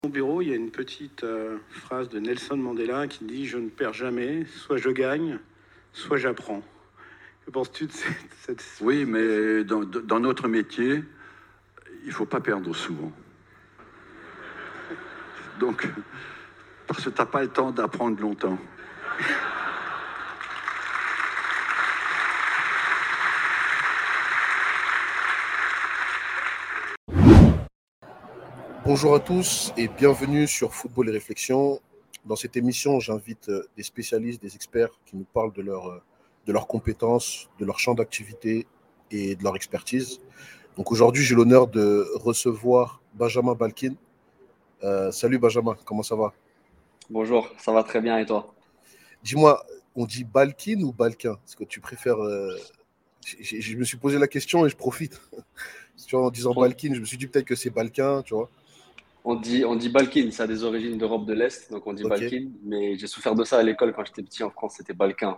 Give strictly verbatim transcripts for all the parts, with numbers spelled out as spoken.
Au bureau, il y a une petite euh, phrase de Nelson Mandela qui dit « Je ne perds jamais, soit je gagne, soit j'apprends ». Que penses-tu de cette... cette... Oui, mais dans, dans notre métier, il ne faut pas perdre souvent. Donc, parce que tu n'as pas le temps d'apprendre longtemps. Bonjour à tous et bienvenue sur Football et Réflexions. Dans cette émission, j'invite des spécialistes, des experts qui nous parlent de, leur, de leurs compétences, de leur champ d'activité et de leur expertise. Donc aujourd'hui, j'ai l'honneur de recevoir Benjamin Balkin. Euh, salut Benjamin, comment ça va? Bonjour, ça va très bien et toi? Dis-moi, on dit Balkin ou Balkin? Est-ce que tu préfères... Euh... Je, je me suis posé la question et je profite. Tu vois, en disant Balkin, je me suis dit peut-être que c'est Balkin, tu vois. On dit, on dit Balkin, ça a des origines d'Europe de l'Est, donc on dit Ok. Balkin, mais j'ai souffert de ça à l'école quand j'étais petit en France, c'était Balkin.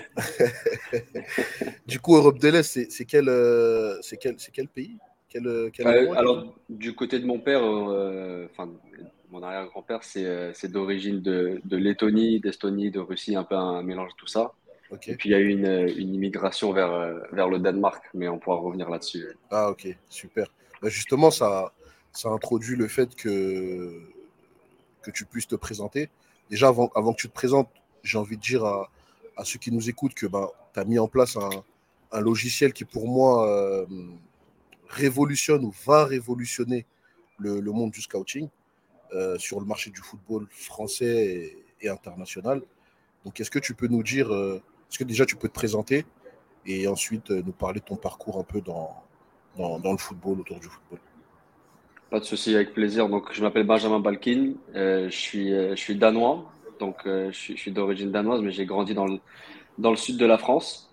Du coup, Europe de l'Est, c'est, c'est, quel, euh, c'est, quel, c'est quel pays? Quel, quel Euh, endroit, quelle ville? alors, du côté de mon père, euh, enfin, mon arrière-grand-père, c'est euh, c'est d'origine de, de Lettonie, d'Estonie, de Russie, un peu un mélange de tout ça. Ok. Et puis, il y a eu une, une immigration vers, euh, vers le Danemark, mais on pourra revenir là-dessus. Ah, ok, super. Bah, justement, ça, ça introduit le fait que, que tu puisses te présenter. Déjà, avant, avant que tu te présentes, j'ai envie de dire à, à ceux qui nous écoutent que bah, tu as mis en place un, un logiciel qui, pour moi, euh, révolutionne ou va révolutionner le, le monde du scouting euh, sur le marché du football français et, et international. Donc, est-ce que tu peux nous dire, euh, est-ce que déjà tu peux te présenter et ensuite euh, nous parler de ton parcours un peu dans, dans, dans le football, autour du football? Pas de souci, avec plaisir. Donc, je m'appelle Benjamin Balkin, euh, je suis, euh, je suis danois, donc euh, je suis, je suis d'origine danoise, mais j'ai grandi dans le, dans le sud de la France.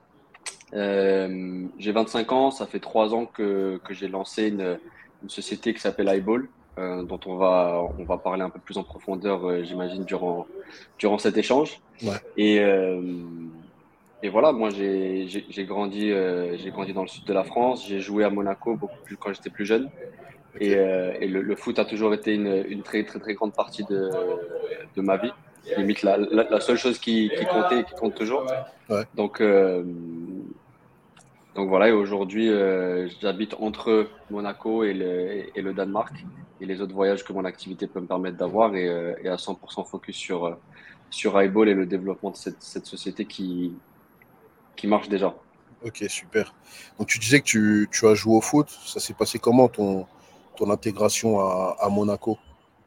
Euh, j'ai vingt-cinq ans, ça fait trois ans que, que j'ai lancé une, une société qui s'appelle iBall, euh, dont on va, on va parler un peu plus en profondeur, euh, j'imagine, durant, durant cet échange. Ouais. Et, euh, et voilà, moi, j'ai, j'ai, j'ai grandi, euh, j'ai grandi dans le sud de la France, j'ai joué à Monaco beaucoup plus quand j'étais plus jeune. Et, Ok. euh, et le, le foot a toujours été une, une très, très, très grande partie de, de ma vie. Limite, la, la, la seule chose qui, qui comptait et qui compte toujours. Ouais. Donc, euh, donc voilà, et aujourd'hui, euh, j'habite entre Monaco et le, et le Danemark et les autres voyages que mon activité peut me permettre d'avoir et, euh, et à cent pour cent focus sur, euh, sur iBall et le développement de cette, cette société qui, qui marche déjà. Ok, super. Donc tu disais que tu, tu as joué au foot. Ça s'est passé comment ton, ton intégration à, à Monaco?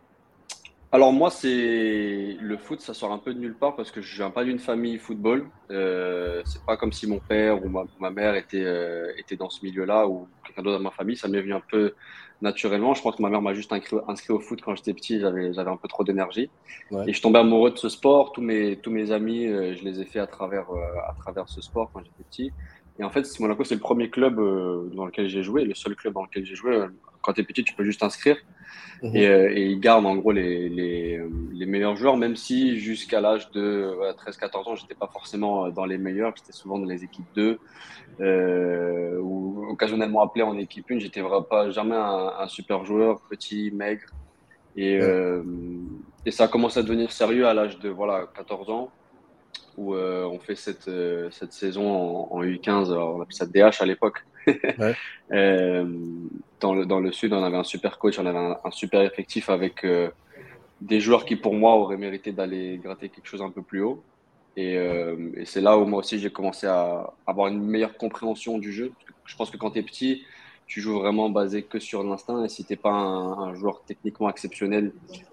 Alors moi, c'est le foot, ça sort un peu de nulle part parce que je viens pas d'une famille football. Euh, c'est pas comme si mon père ou ma, ma mère était euh, était dans ce milieu-là ou quelqu'un d'autre dans ma famille. Ça m'est venu un peu naturellement. Je pense que ma mère m'a juste inscrit, inscrit au foot quand j'étais petit. J'avais j'avais un peu trop d'énergie Ouais. et je tombais amoureux de ce sport. Tous mes tous mes amis, euh, je les ai fait à travers euh, à travers ce sport quand j'étais petit. Et en fait, Monaco, c'est le premier club euh, dans lequel j'ai joué, le seul club dans lequel j'ai joué. Quand tu es petit, tu peux juste inscrire. Et, Mhm. euh, et ils gardent en gros les, les, euh, les meilleurs joueurs, même si jusqu'à l'âge de voilà, treize quatorze ans, j'étais pas forcément dans les meilleurs, j'étais souvent dans les équipes deux, euh, ou occasionnellement appelé en équipe un. J'étais vraiment pas jamais un, un super joueur, petit, maigre. Et, Ouais. euh, et ça a commencé à devenir sérieux à l'âge de voilà, quatorze ans, où euh, on fait cette, euh, cette saison en, en U quinze, alors on appelait ça D H à l'époque. Ouais. Euh, dans le, dans le sud, on avait un super coach, on avait un, un super effectif avec euh, des joueurs qui, pour moi, auraient mérité d'aller gratter quelque chose un peu plus haut. Et, euh, et c'est là où moi aussi j'ai commencé à avoir une meilleure compréhension du jeu. Parce que je pense que quand tu es petit, tu joues vraiment basé que sur l'instinct. Et si t'es pas un, un joueur techniquement exceptionnel,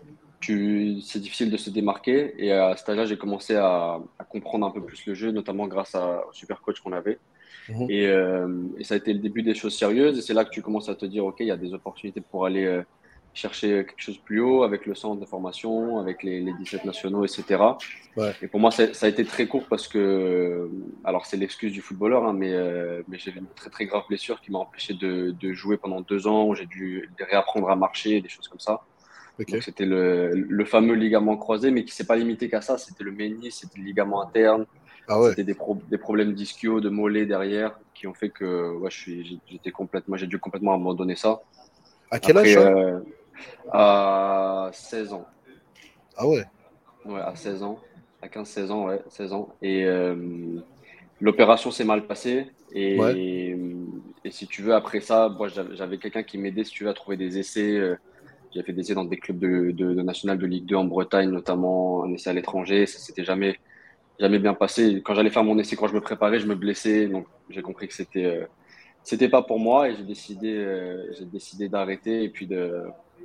tu, c'est difficile de se démarquer. Et à cet âge-là, j'ai commencé à, à comprendre un peu plus le jeu, notamment grâce à, au super coach qu'on avait. Mhm. Et, euh, et ça a été le début des choses sérieuses. Et c'est là que tu commences à te dire, OK, il y a des opportunités pour aller euh, chercher quelque chose plus haut avec le centre de formation, avec les, les dix-sept nationaux, et cetera. Ouais. Et pour moi, ça, ça a été très court parce que, alors c'est l'excuse du footballeur, hein, mais, euh, mais j'ai eu une très très grave blessure qui m'a empêché de, de jouer pendant deux ans, où j'ai dû réapprendre à marcher, des choses comme ça. Ok. Donc c'était le, le fameux ligament croisé, mais qui s'est pas limité qu'à ça. C'était le ménisque, c'était le ligament interne, Ah ouais. c'était des, pro des problèmes d'ischio, de mollets derrière, qui ont fait que ouais, je suis, j'étais complètement, j'ai dû complètement abandonner ça. À quel âge Après, ça? euh, À seize ans. Ah ouais, Ouais, à seize ans. À quinze seize ans, ouais, seize ans. Et euh, l'opération s'est mal passée. ouais, Et, et si tu veux, après ça, moi, j'avais j'avais quelqu'un qui m'aidait, si tu veux, à trouver des essais. Euh, J'ai fait des essais dans des clubs de, de, de national de Ligue deux en Bretagne, notamment un essai à l'étranger. Ça s'était jamais, jamais bien passé. Quand j'allais faire mon essai, quand je me préparais, je me blessais. Donc, j'ai compris que c'était, euh, c'était pas pour moi et j'ai décidé, euh, j'ai décidé d'arrêter et puis de,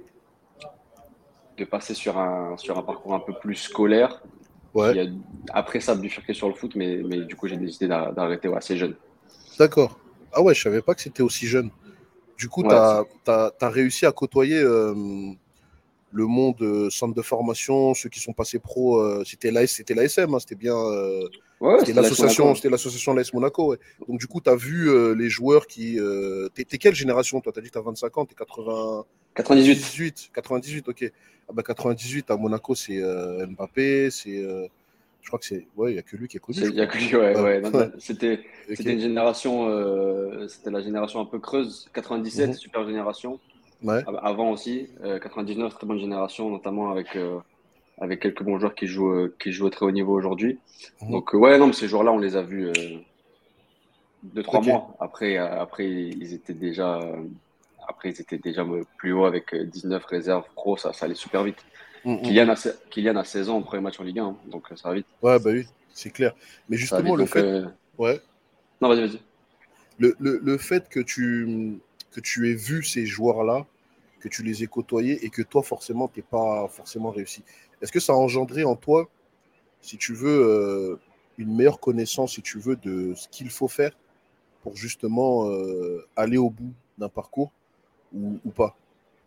de passer sur un, sur un parcours un peu plus scolaire ouais, qui a, après ça, bifurqué sur le foot, mais, mais du coup, j'ai décidé d'ar- d'arrêter ouais, assez jeune. d'accord. Ah ouais, je savais pas que c'était aussi jeune. Du coup, tu Ouais, c'est- as, réussi à côtoyer euh, le monde euh, centre de formation, ceux qui sont passés pro. Euh, c'était l'A S, c'était l'A S M, hein, c'était bien. Euh, ouais, ouais, c'était c'était l'A S l'association, Monaco. c'était l'association l'A S Monaco. Ouais. Donc du coup, tu as vu euh, les joueurs qui. Euh, t'es, t'es quelle génération toi? Tu as dit que tu as vingt-cinq ans, tu es quatre-vingt-dix-huit. quatre-vingt-dix-huit, quatre-vingt-dix-huit, ok. Ah bah quatre-vingt-dix-huit à Monaco, c'est euh, Mbappé, c'est. Euh, je crois que c'est. Ouais, il n'y a que lui qui est connu, C'est- je Il y a crois. que lui, ouais, Ouais, ouais. Non, ouais, non, C'était, c'était ok. une génération, euh, c'était la génération un peu creuse. quatre-vingt-dix-sept, Mhm. super génération. Ouais. Av- Avant aussi, euh, quatre-vingt-dix-neuf, très bonne génération, notamment avec, euh, avec quelques bons joueurs qui jouent, euh, qui jouent au très haut niveau aujourd'hui. Mhm. Donc, euh, ouais, non, mais ces joueurs-là, on les a vus euh, deux, trois Ok. mois. Après, euh, après, ils étaient déjà, euh, après, ils étaient déjà euh, plus haut avec euh, dix-neuf réserves pro, ça, ça allait super vite. Mhm, Kylian mhm. a, se- Kylian a seize ans au premier match en Ligue un, hein, donc euh, ça va vite. Ouais, bah oui, c'est clair. Mais Ça va justement, vite, le donc, fait. euh, Ouais. non, vas-y, vas-y. Le, le, le fait que tu, que tu aies vu ces joueurs-là, que tu les aies côtoyés et que toi, forcément, tu n'es pas forcément réussi, est-ce que ça a engendré en toi, si tu veux, euh, une meilleure connaissance, si tu veux, de ce qu'il faut faire pour justement euh, aller au bout d'un parcours ou, ou pas?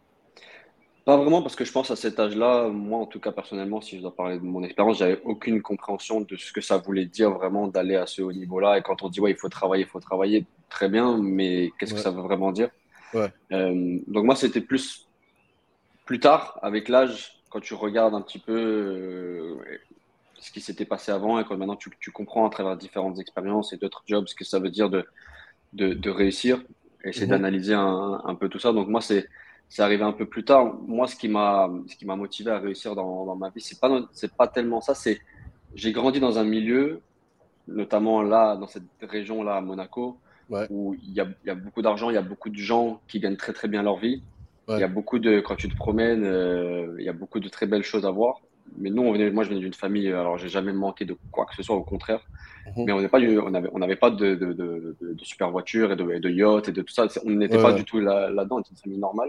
Pas vraiment, parce que je pense à cet âge-là, moi en tout cas personnellement, si je dois parler de mon expérience, j'avais aucune compréhension de ce que ça voulait dire vraiment d'aller à ce haut niveau-là. Et quand on dit ouais, il faut travailler, il faut travailler, très bien, mais qu'est-ce que Ouais, ça veut vraiment dire? ouais, Euh, donc moi, c'était plus plus tard, avec l'âge, quand tu regardes un petit peu euh, ce qui s'était passé avant et quand maintenant tu, tu comprends à travers différentes expériences et d'autres jobs ce que ça veut dire de, de, de réussir, essayer mhm, d'analyser un, un peu tout ça. Donc moi, c'est c'est arrivé un peu plus tard. Moi, ce qui m'a ce qui m'a motivé à réussir dans, dans ma vie, c'est pas c'est pas tellement ça. C'est j'ai grandi dans un milieu, notamment là dans cette région là à Monaco, ouais, où il y a, il y a beaucoup d'argent, il y a beaucoup de gens qui gagnent très très bien leur vie. Il y ouais, a beaucoup de quand tu te promènes, euh, il y a beaucoup de très belles choses à voir. Mais nous, on venait, moi, je venais d'une famille. Alors, j'ai jamais manqué de quoi que ce soit, au contraire. mhm, Mais on n'est pas, du- on n'avait on n'avait pas de, de, de, de, de super voitures et de, et de yachts et de tout ça. C'est- On n'était pas ouais, du tout là, là-dedans, on était une famille normale.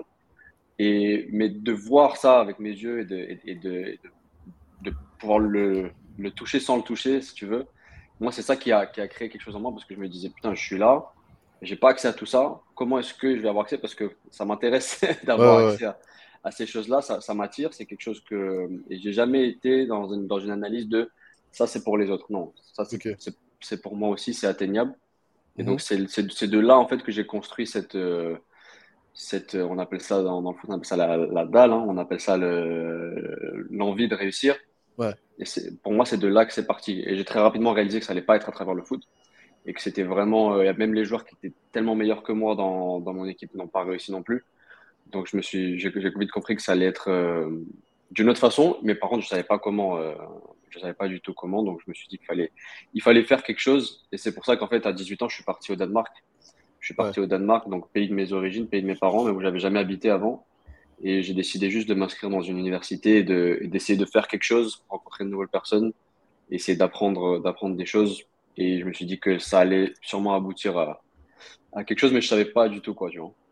Et, mais de voir ça avec mes yeux et de, et, et de, et de, de pouvoir le, le toucher sans le toucher, si tu veux, moi, c'est ça qui a, qui a créé quelque chose en moi parce que je me disais, putain, je suis là, j'ai pas accès à tout ça. Comment est-ce que je vais avoir accès? Parce que ça m'intéresse ouais, d'avoir ouais, ouais. accès à, à ces choses-là. Ça, ça m'attire. C'est quelque chose que. Et j'ai jamais été dans une, dans une analyse de ça, c'est pour les autres. Non, ça, c'est Ok. c'est- c'est pour moi aussi, c'est atteignable. Et donc, Mhm, c'est c'est- c'est de là, en fait, que j'ai construit cette, euh, cette. euh, On appelle ça, dans, dans le foot, on appelle ça la, la dalle, hein, on appelle ça le- l'envie de réussir. ouais, Et c'est- pour moi, c'est de là que c'est parti. Et j'ai très rapidement réalisé que ça allait pas être à travers le foot et que c'était vraiment. euh, même les joueurs qui étaient tellement meilleurs que moi dans, dans mon équipe n'ont pas réussi non plus. Donc, je me suis, j'ai j'ai vite compris que ça allait être euh, d'une autre façon, mais par contre, je savais pas comment, euh, je savais pas du tout comment. Donc, je me suis dit qu'il fallait, il fallait faire quelque chose. Et c'est pour ça qu'en fait, à dix-huit ans, je suis parti au Danemark. Je suis ouais. parti au Danemark, donc pays de mes origines, pays de mes parents, mais où j'avais jamais habité avant. Et j'ai décidé juste de m'inscrire dans une université et de, et d'essayer de faire quelque chose, rencontrer de nouvelles personnes, essayer d'apprendre, d'apprendre des choses. Et je me suis dit que ça allait sûrement aboutir à, à quelque chose, mais je savais pas du tout quoi, tu vois.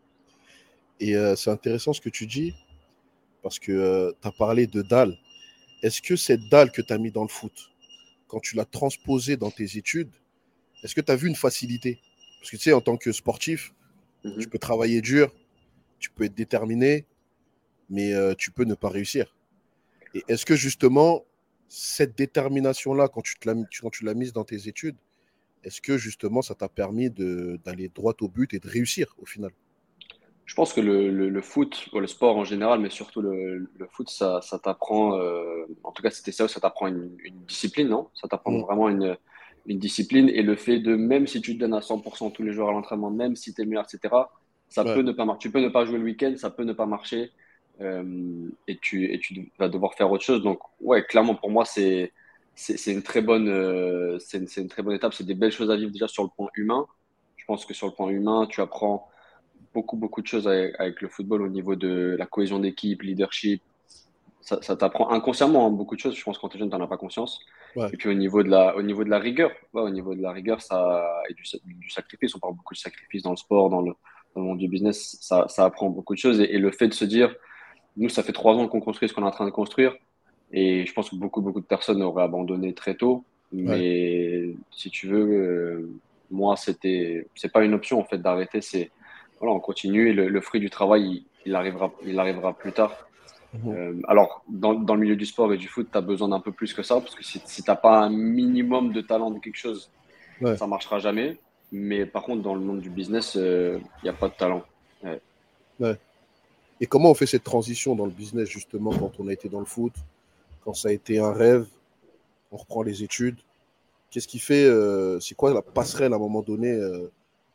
Et euh, c'est intéressant ce que tu dis parce que tu as parlé de dalle. Est-ce que cette dalle que tu as mis dans le foot, quand tu l'as transposée dans tes études, est-ce que tu as vu une facilité? Parce que tu sais, en tant que sportif, tu Mhm. peux travailler dur, tu peux être déterminé, mais euh, tu peux ne pas réussir. Et est-ce que justement, cette détermination-là, quand tu te l'as, quand tu l'as mise dans tes études, est-ce que justement ça t'a permis de, d'aller droit au but et de réussir au final? Je pense que le, le, le foot, bon, le sport en général, mais surtout le, le foot, ça, ça t'apprend, euh, en tout cas c'était ça, ça t'apprend une, une discipline, non? Ça t'apprend Mm. vraiment une, une discipline et le fait de, même si tu te donnes à cent pour cent tous les jours à l'entraînement, même si tu es meilleur, et cetera, ça Ouais, peut ne pas marcher. Tu peux ne pas jouer le week-end, ça peut ne pas marcher. euh, et, tu, et tu vas devoir faire autre chose. Donc, ouais, clairement, pour moi, c'est, c'est, c'est une très bonne, euh, c'est une, c'est une très bonne étape. C'est des belles choses à vivre déjà sur le plan humain. Je pense que sur le plan humain, tu apprends beaucoup, beaucoup de choses avec, avec le football au niveau de la cohésion d'équipe, leadership. Ça, ça t'apprend inconsciemment hein, beaucoup de choses. Je pense que quand tu es jeune, tu n'en as pas conscience. Ouais, Et puis au niveau de la, au niveau de la rigueur, ouais, au niveau de la rigueur, ça, et du, du sacrifice, on parle beaucoup de sacrifice dans le sport, dans le, dans le monde du business, ça, ça apprend beaucoup de choses. Et, et le fait de se dire, nous, ça fait trois ans qu'on construit ce qu'on est en train de construire. Et je pense que beaucoup, beaucoup de personnes auraient abandonné très tôt. ouais, Mais si tu veux, euh, moi, c'était, c'est pas une option en fait d'arrêter. C'est, voilà, on continue et le, le fruit du travail, il, il arrivera, il arrivera plus tard. mhm, Euh, alors, dans, dans le milieu du sport et du foot, tu as besoin d'un peu plus que ça, parce que si, si tu n'as pas un minimum de talent de quelque chose, ouais, ça ne marchera jamais. Mais par contre, dans le monde du business, il n'y a pas de talent. Ouais. ouais. Et comment on fait cette transition dans le business, justement, quand on a été dans le foot, quand ça a été un rêve, on reprend les études. Qu'est-ce qui fait, euh, c'est quoi la passerelle à un moment donné euh,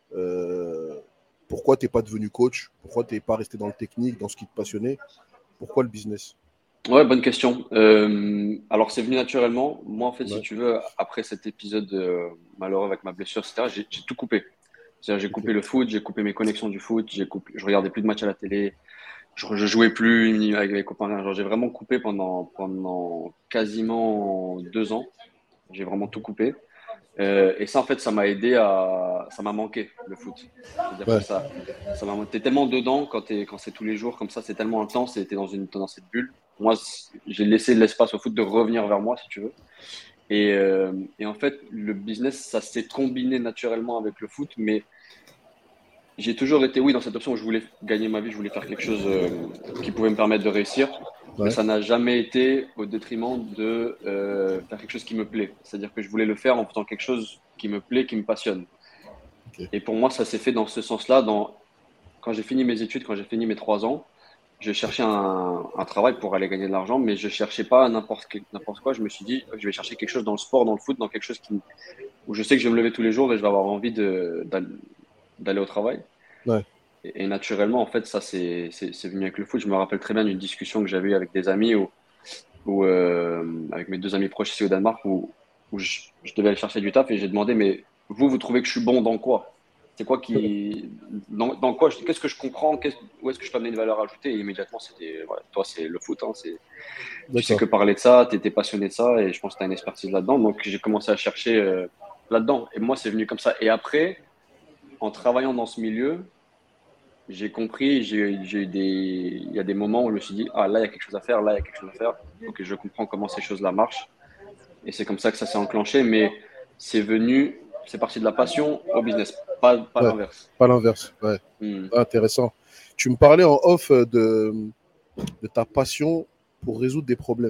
euh, pourquoi tu n'es pas devenu coach? Pourquoi tu n'es pas resté dans le technique, dans ce qui te passionnait? Pourquoi le business? Ouais, bonne question. Euh, alors, c'est venu naturellement. Moi, en fait, si Ouais, tu veux, après cet épisode euh, malheureux avec ma blessure, et cetera, j'ai j'ai tout coupé. C'est-à-dire, j'ai ok. coupé le foot, j'ai coupé mes connexions du foot, j'ai coupé, je regardais plus de matchs à la télé, je, je jouais plus ni avec mes copains. Rien. Genre, j'ai vraiment coupé pendant, pendant quasiment deux ans. J'ai vraiment tout coupé. Euh, et ça, en fait, ça m'a aidé à. Ça m'a manqué, le foot. C'est-à-dire que Ouais, ça, ça m'a. T'es tellement dedans quand, t'es, quand c'est tous les jours comme ça, c'est tellement intense et t'es dans, une, t'es dans cette bulle. Moi, j'ai laissé l'espace au foot de revenir vers moi, si tu veux. Et, euh, et en fait, le business, ça s'est combiné naturellement avec le foot, mais j'ai toujours été, oui, dans cette option où je voulais gagner ma vie, je voulais faire quelque chose euh, qui pouvait me permettre de réussir, mais ouais, ça n'a jamais été au détriment de euh, faire quelque chose qui me plaît. C'est-à-dire que je voulais le faire en faisant quelque chose qui me plaît, qui me passionne. ok. Et pour moi, ça s'est fait dans ce sens-là. Dans... Quand j'ai fini mes études, quand j'ai fini mes trois ans, je cherchais un, un travail pour aller gagner de l'argent, mais je cherchais pas n'importe n'importe quoi. Je me suis dit, je vais chercher quelque chose dans le sport, dans le foot, dans quelque chose qui, où je sais que je vais me lever tous les jours et je vais avoir envie de, d'aller au travail. Ouais, Et, et naturellement, en fait, ça, c'est, c'est, c'est venu avec le foot. Je me rappelle très bien d'une discussion que j'avais eue avec des amis, ou, ou euh, avec mes deux amis proches ici au Danemark, où, où je, je devais aller chercher du taf et j'ai demandé, mais vous, vous trouvez que je suis bon dans quoi? C'est quoi qui. Dans, dans quoi? je- Qu'est-ce que je comprends? Qu'est-ce- où est-ce que je peux amener une valeur ajoutée? Et immédiatement, c'était. Voilà, toi, c'est le foot. Hein, c'est, tu sais d'accord. que parler de ça, tu étais passionné de ça et je pense que tu as une expertise là-dedans. Donc, j'ai commencé à chercher euh, là-dedans. Et moi, c'est venu comme ça. Et après, en travaillant dans ce milieu, j'ai compris, j'ai, j'ai eu des, il y a des moments où je me suis dit, ah là, il y a quelque chose à faire, là, il y a quelque chose à faire. Ok, je comprends comment ces choses-là marchent. Et c'est comme ça que ça s'est enclenché, mais c'est venu, c'est parti de la passion au business, pas, pas Ouais, l'inverse. pas l'inverse. Ouais, Hmm. intéressant. Tu me parlais en off euh, de, de ta passion pour résoudre des problèmes.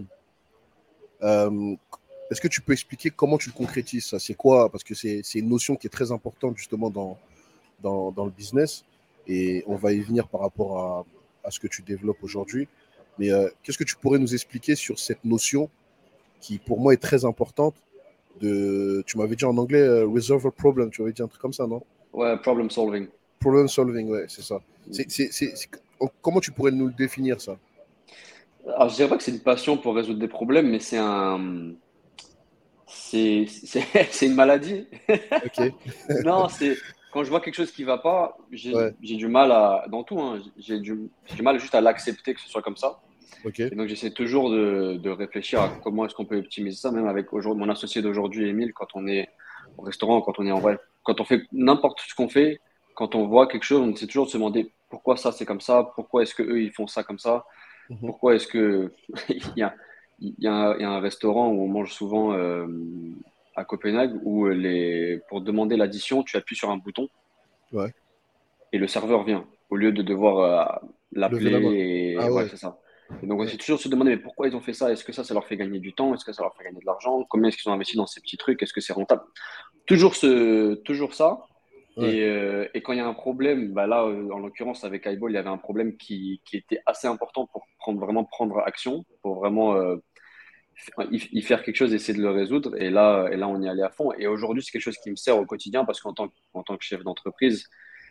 Euh, Est-ce que tu peux expliquer comment tu le concrétises ça? C'est quoi? Parce que c'est c'est une notion qui est très importante justement dans, dans, dans le business et on va y venir par rapport à, à ce que tu développes aujourd'hui. Mais euh, qu'est-ce que tu pourrais nous expliquer sur cette notion qui pour moi est très importante de, tu m'avais dit en anglais, euh, resolve a problem, tu m'avais dit un truc comme ça, non? Ouais, problem solving. Problem solving, ouais, c'est ça. C'est, c'est, c'est, c'est- comment tu pourrais nous le définir, ça? Alors, je dirais pas que c'est une passion pour résoudre des problèmes, mais c'est un, c'est, c'est, c'est une maladie. Ok, Non, c'est quand je vois quelque chose qui va pas, j'ai ouais, j'ai du mal à, dans tout, hein, j'ai du, j'ai du mal juste à l'accepter que ce soit comme ça. ok, Et donc, j'essaie toujours de, de réfléchir à comment est-ce qu'on peut optimiser ça, même avec aujourd'hui, mon associé d'aujourd'hui, Émile, quand on est au restaurant, quand on est en vrai, quand on fait n'importe ce qu'on fait, quand on voit quelque chose, on essaie toujours de se demander pourquoi ça c'est comme ça, pourquoi est-ce que eux ils font ça comme ça, mhm, pourquoi est-ce que il y a, il y a, un, il y a un restaurant où on mange souvent euh, à Copenhague où les, pour demander l'addition, tu appuies sur un bouton ouais, et le serveur vient au lieu de devoir euh, lever la main. l'appeler et Ah ouais, ouais, c'est ça. Et donc, on ouais, essaie toujours de se demander mais pourquoi ils ont fait ça? Est-ce que ça, ça leur fait gagner du temps? Est-ce que ça leur fait gagner de l'argent? Combien est-ce qu'ils ont investi dans ces petits trucs? Est-ce que c'est rentable? Toujours, ce, toujours ça. ouais, Et, euh, et quand il y a un problème, bah là, euh, en l'occurrence, avec iBall, il y avait un problème qui, qui était assez important pour prendre, vraiment prendre action, pour vraiment euh, y, y faire quelque chose, essayer de le résoudre. Et là, et là, on y allait à fond. Et aujourd'hui, c'est quelque chose qui me sert au quotidien parce qu'en tant, en tant que chef d'entreprise,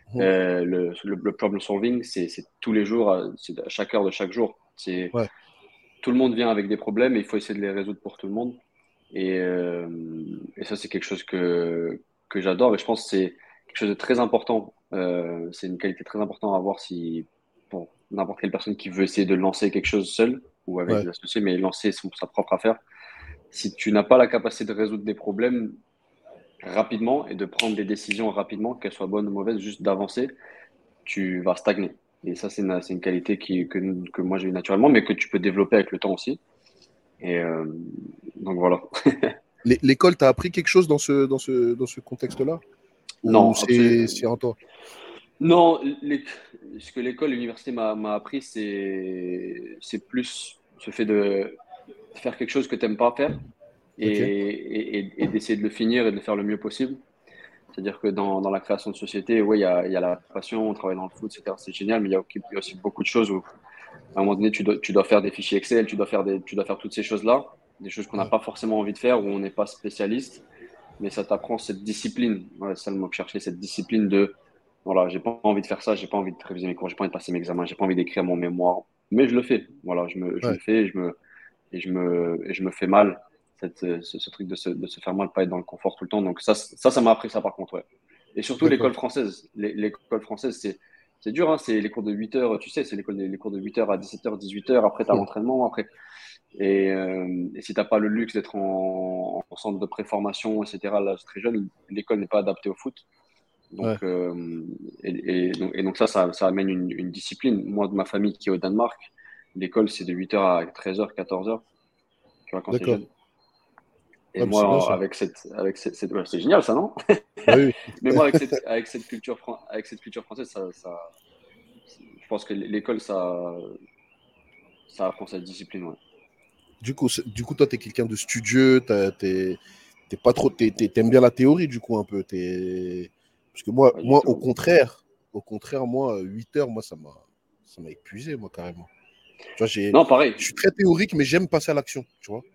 Mhm. Euh, le, le, le problem solving, c'est c'est tous les jours, euh, c'est à chaque heure de chaque jour. C'est Ouais. tout le monde vient avec des problèmes et il faut essayer de les résoudre pour tout le monde. Et, euh, et ça, c'est quelque chose que, que j'adore. Et je pense que c'est quelque chose de très important. Euh, c'est une qualité très importante à avoir si, pour n'importe quelle personne qui veut essayer de lancer quelque chose seul ou avec Ouais. des associés, mais lancer son, sa propre affaire. Si tu n'as pas la capacité de résoudre des problèmes rapidement et de prendre des décisions rapidement, qu'elles soient bonnes ou mauvaises, juste d'avancer, tu vas stagner. Et ça, c'est une, c'est une qualité qui, que, que moi j'ai eu naturellement, mais que tu peux développer avec le temps aussi. Et euh, donc voilà. L'é- L'école t'a appris quelque chose dans ce, dans ce, dans ce contexte-là? Ou Non, c'est absolument. c'est en toi? Non, les- ce que l'école, l'université m'a m'a appris, c'est c'est plus ce fait de faire quelque chose que tu n'aimes pas faire et, Ok. et, et- et d'essayer de le finir et de le faire le mieux possible. C'est-à-dire que dans, dans la création de société, oui, il y a, il y a la passion, on travaille dans le foot, et cetera. C'est génial, mais il y a, aussi il y a aussi beaucoup de choses où, à un moment donné, tu dois, tu dois faire des fichiers Excel, tu dois faire, des, tu dois faire toutes ces choses-là, des choses qu'on n'a Ouais. pas forcément envie de faire, où on n'est pas spécialiste, mais ça t'apprend cette discipline. Ouais, c'est ça le mot que je cherchais, cette discipline de, voilà, j'ai pas envie de faire ça, j'ai pas envie de réviser mes cours, j'ai pas envie de passer mes examens, j'ai pas envie d'écrire mon mémoire, mais je le fais. Voilà, je, me, je Ouais. le fais et je me, et je me, et je me fais mal. Cette, ce, ce truc de se, de se faire mal, pas être dans le confort tout le temps. Donc ça, ça, ça m'a appris ça par contre, ouais. Et surtout l'école D'accord. française. L'é- L'école française, c'est, c'est dur, hein, c'est les cours de huit heures, tu sais, c'est l'école, les cours de huit heures à dix-sept heures, dix-huit heures, après tu as Hum. l'entraînement, après. Et, euh, et si t'as pas le luxe d'être en, en centre de préformation, et cetera, là, c'est très jeune, l'école n'est pas adaptée au foot. Donc, Ouais. euh, et, et donc, et donc ça, ça, ça amène une, une discipline. Moi, de ma famille qui est au Danemark, l'école, c'est de huit heures à treize heures, quatorze heures, tu vois, quand t'es D'accord. jeune. Et Ouais, mais c'est bien moi, ça. avec cette, avec cette, cette- ouais, c'est génial ça, non? Bah oui. Mais moi, avec cette, avec cette culture, fran- avec cette culture française, ça, ça, je pense que l'école, ça, ça apprend cette discipline, ouais. Du coup, c'est- du coup, toi, t'es quelqu'un de studieux, t'as- t'es t'es pas trop, t'es- t'es- t'aimes bien la théorie, du coup, un peu. T'es... Parce que moi, Pas du moi, au tout. contraire, au contraire, moi, huit heures, moi, ça m'a, ça m'a épuisé, moi, carrément. Tu vois, j'ai, Non, pareil. je suis très théorique, mais j'aime passer à l'action, tu vois.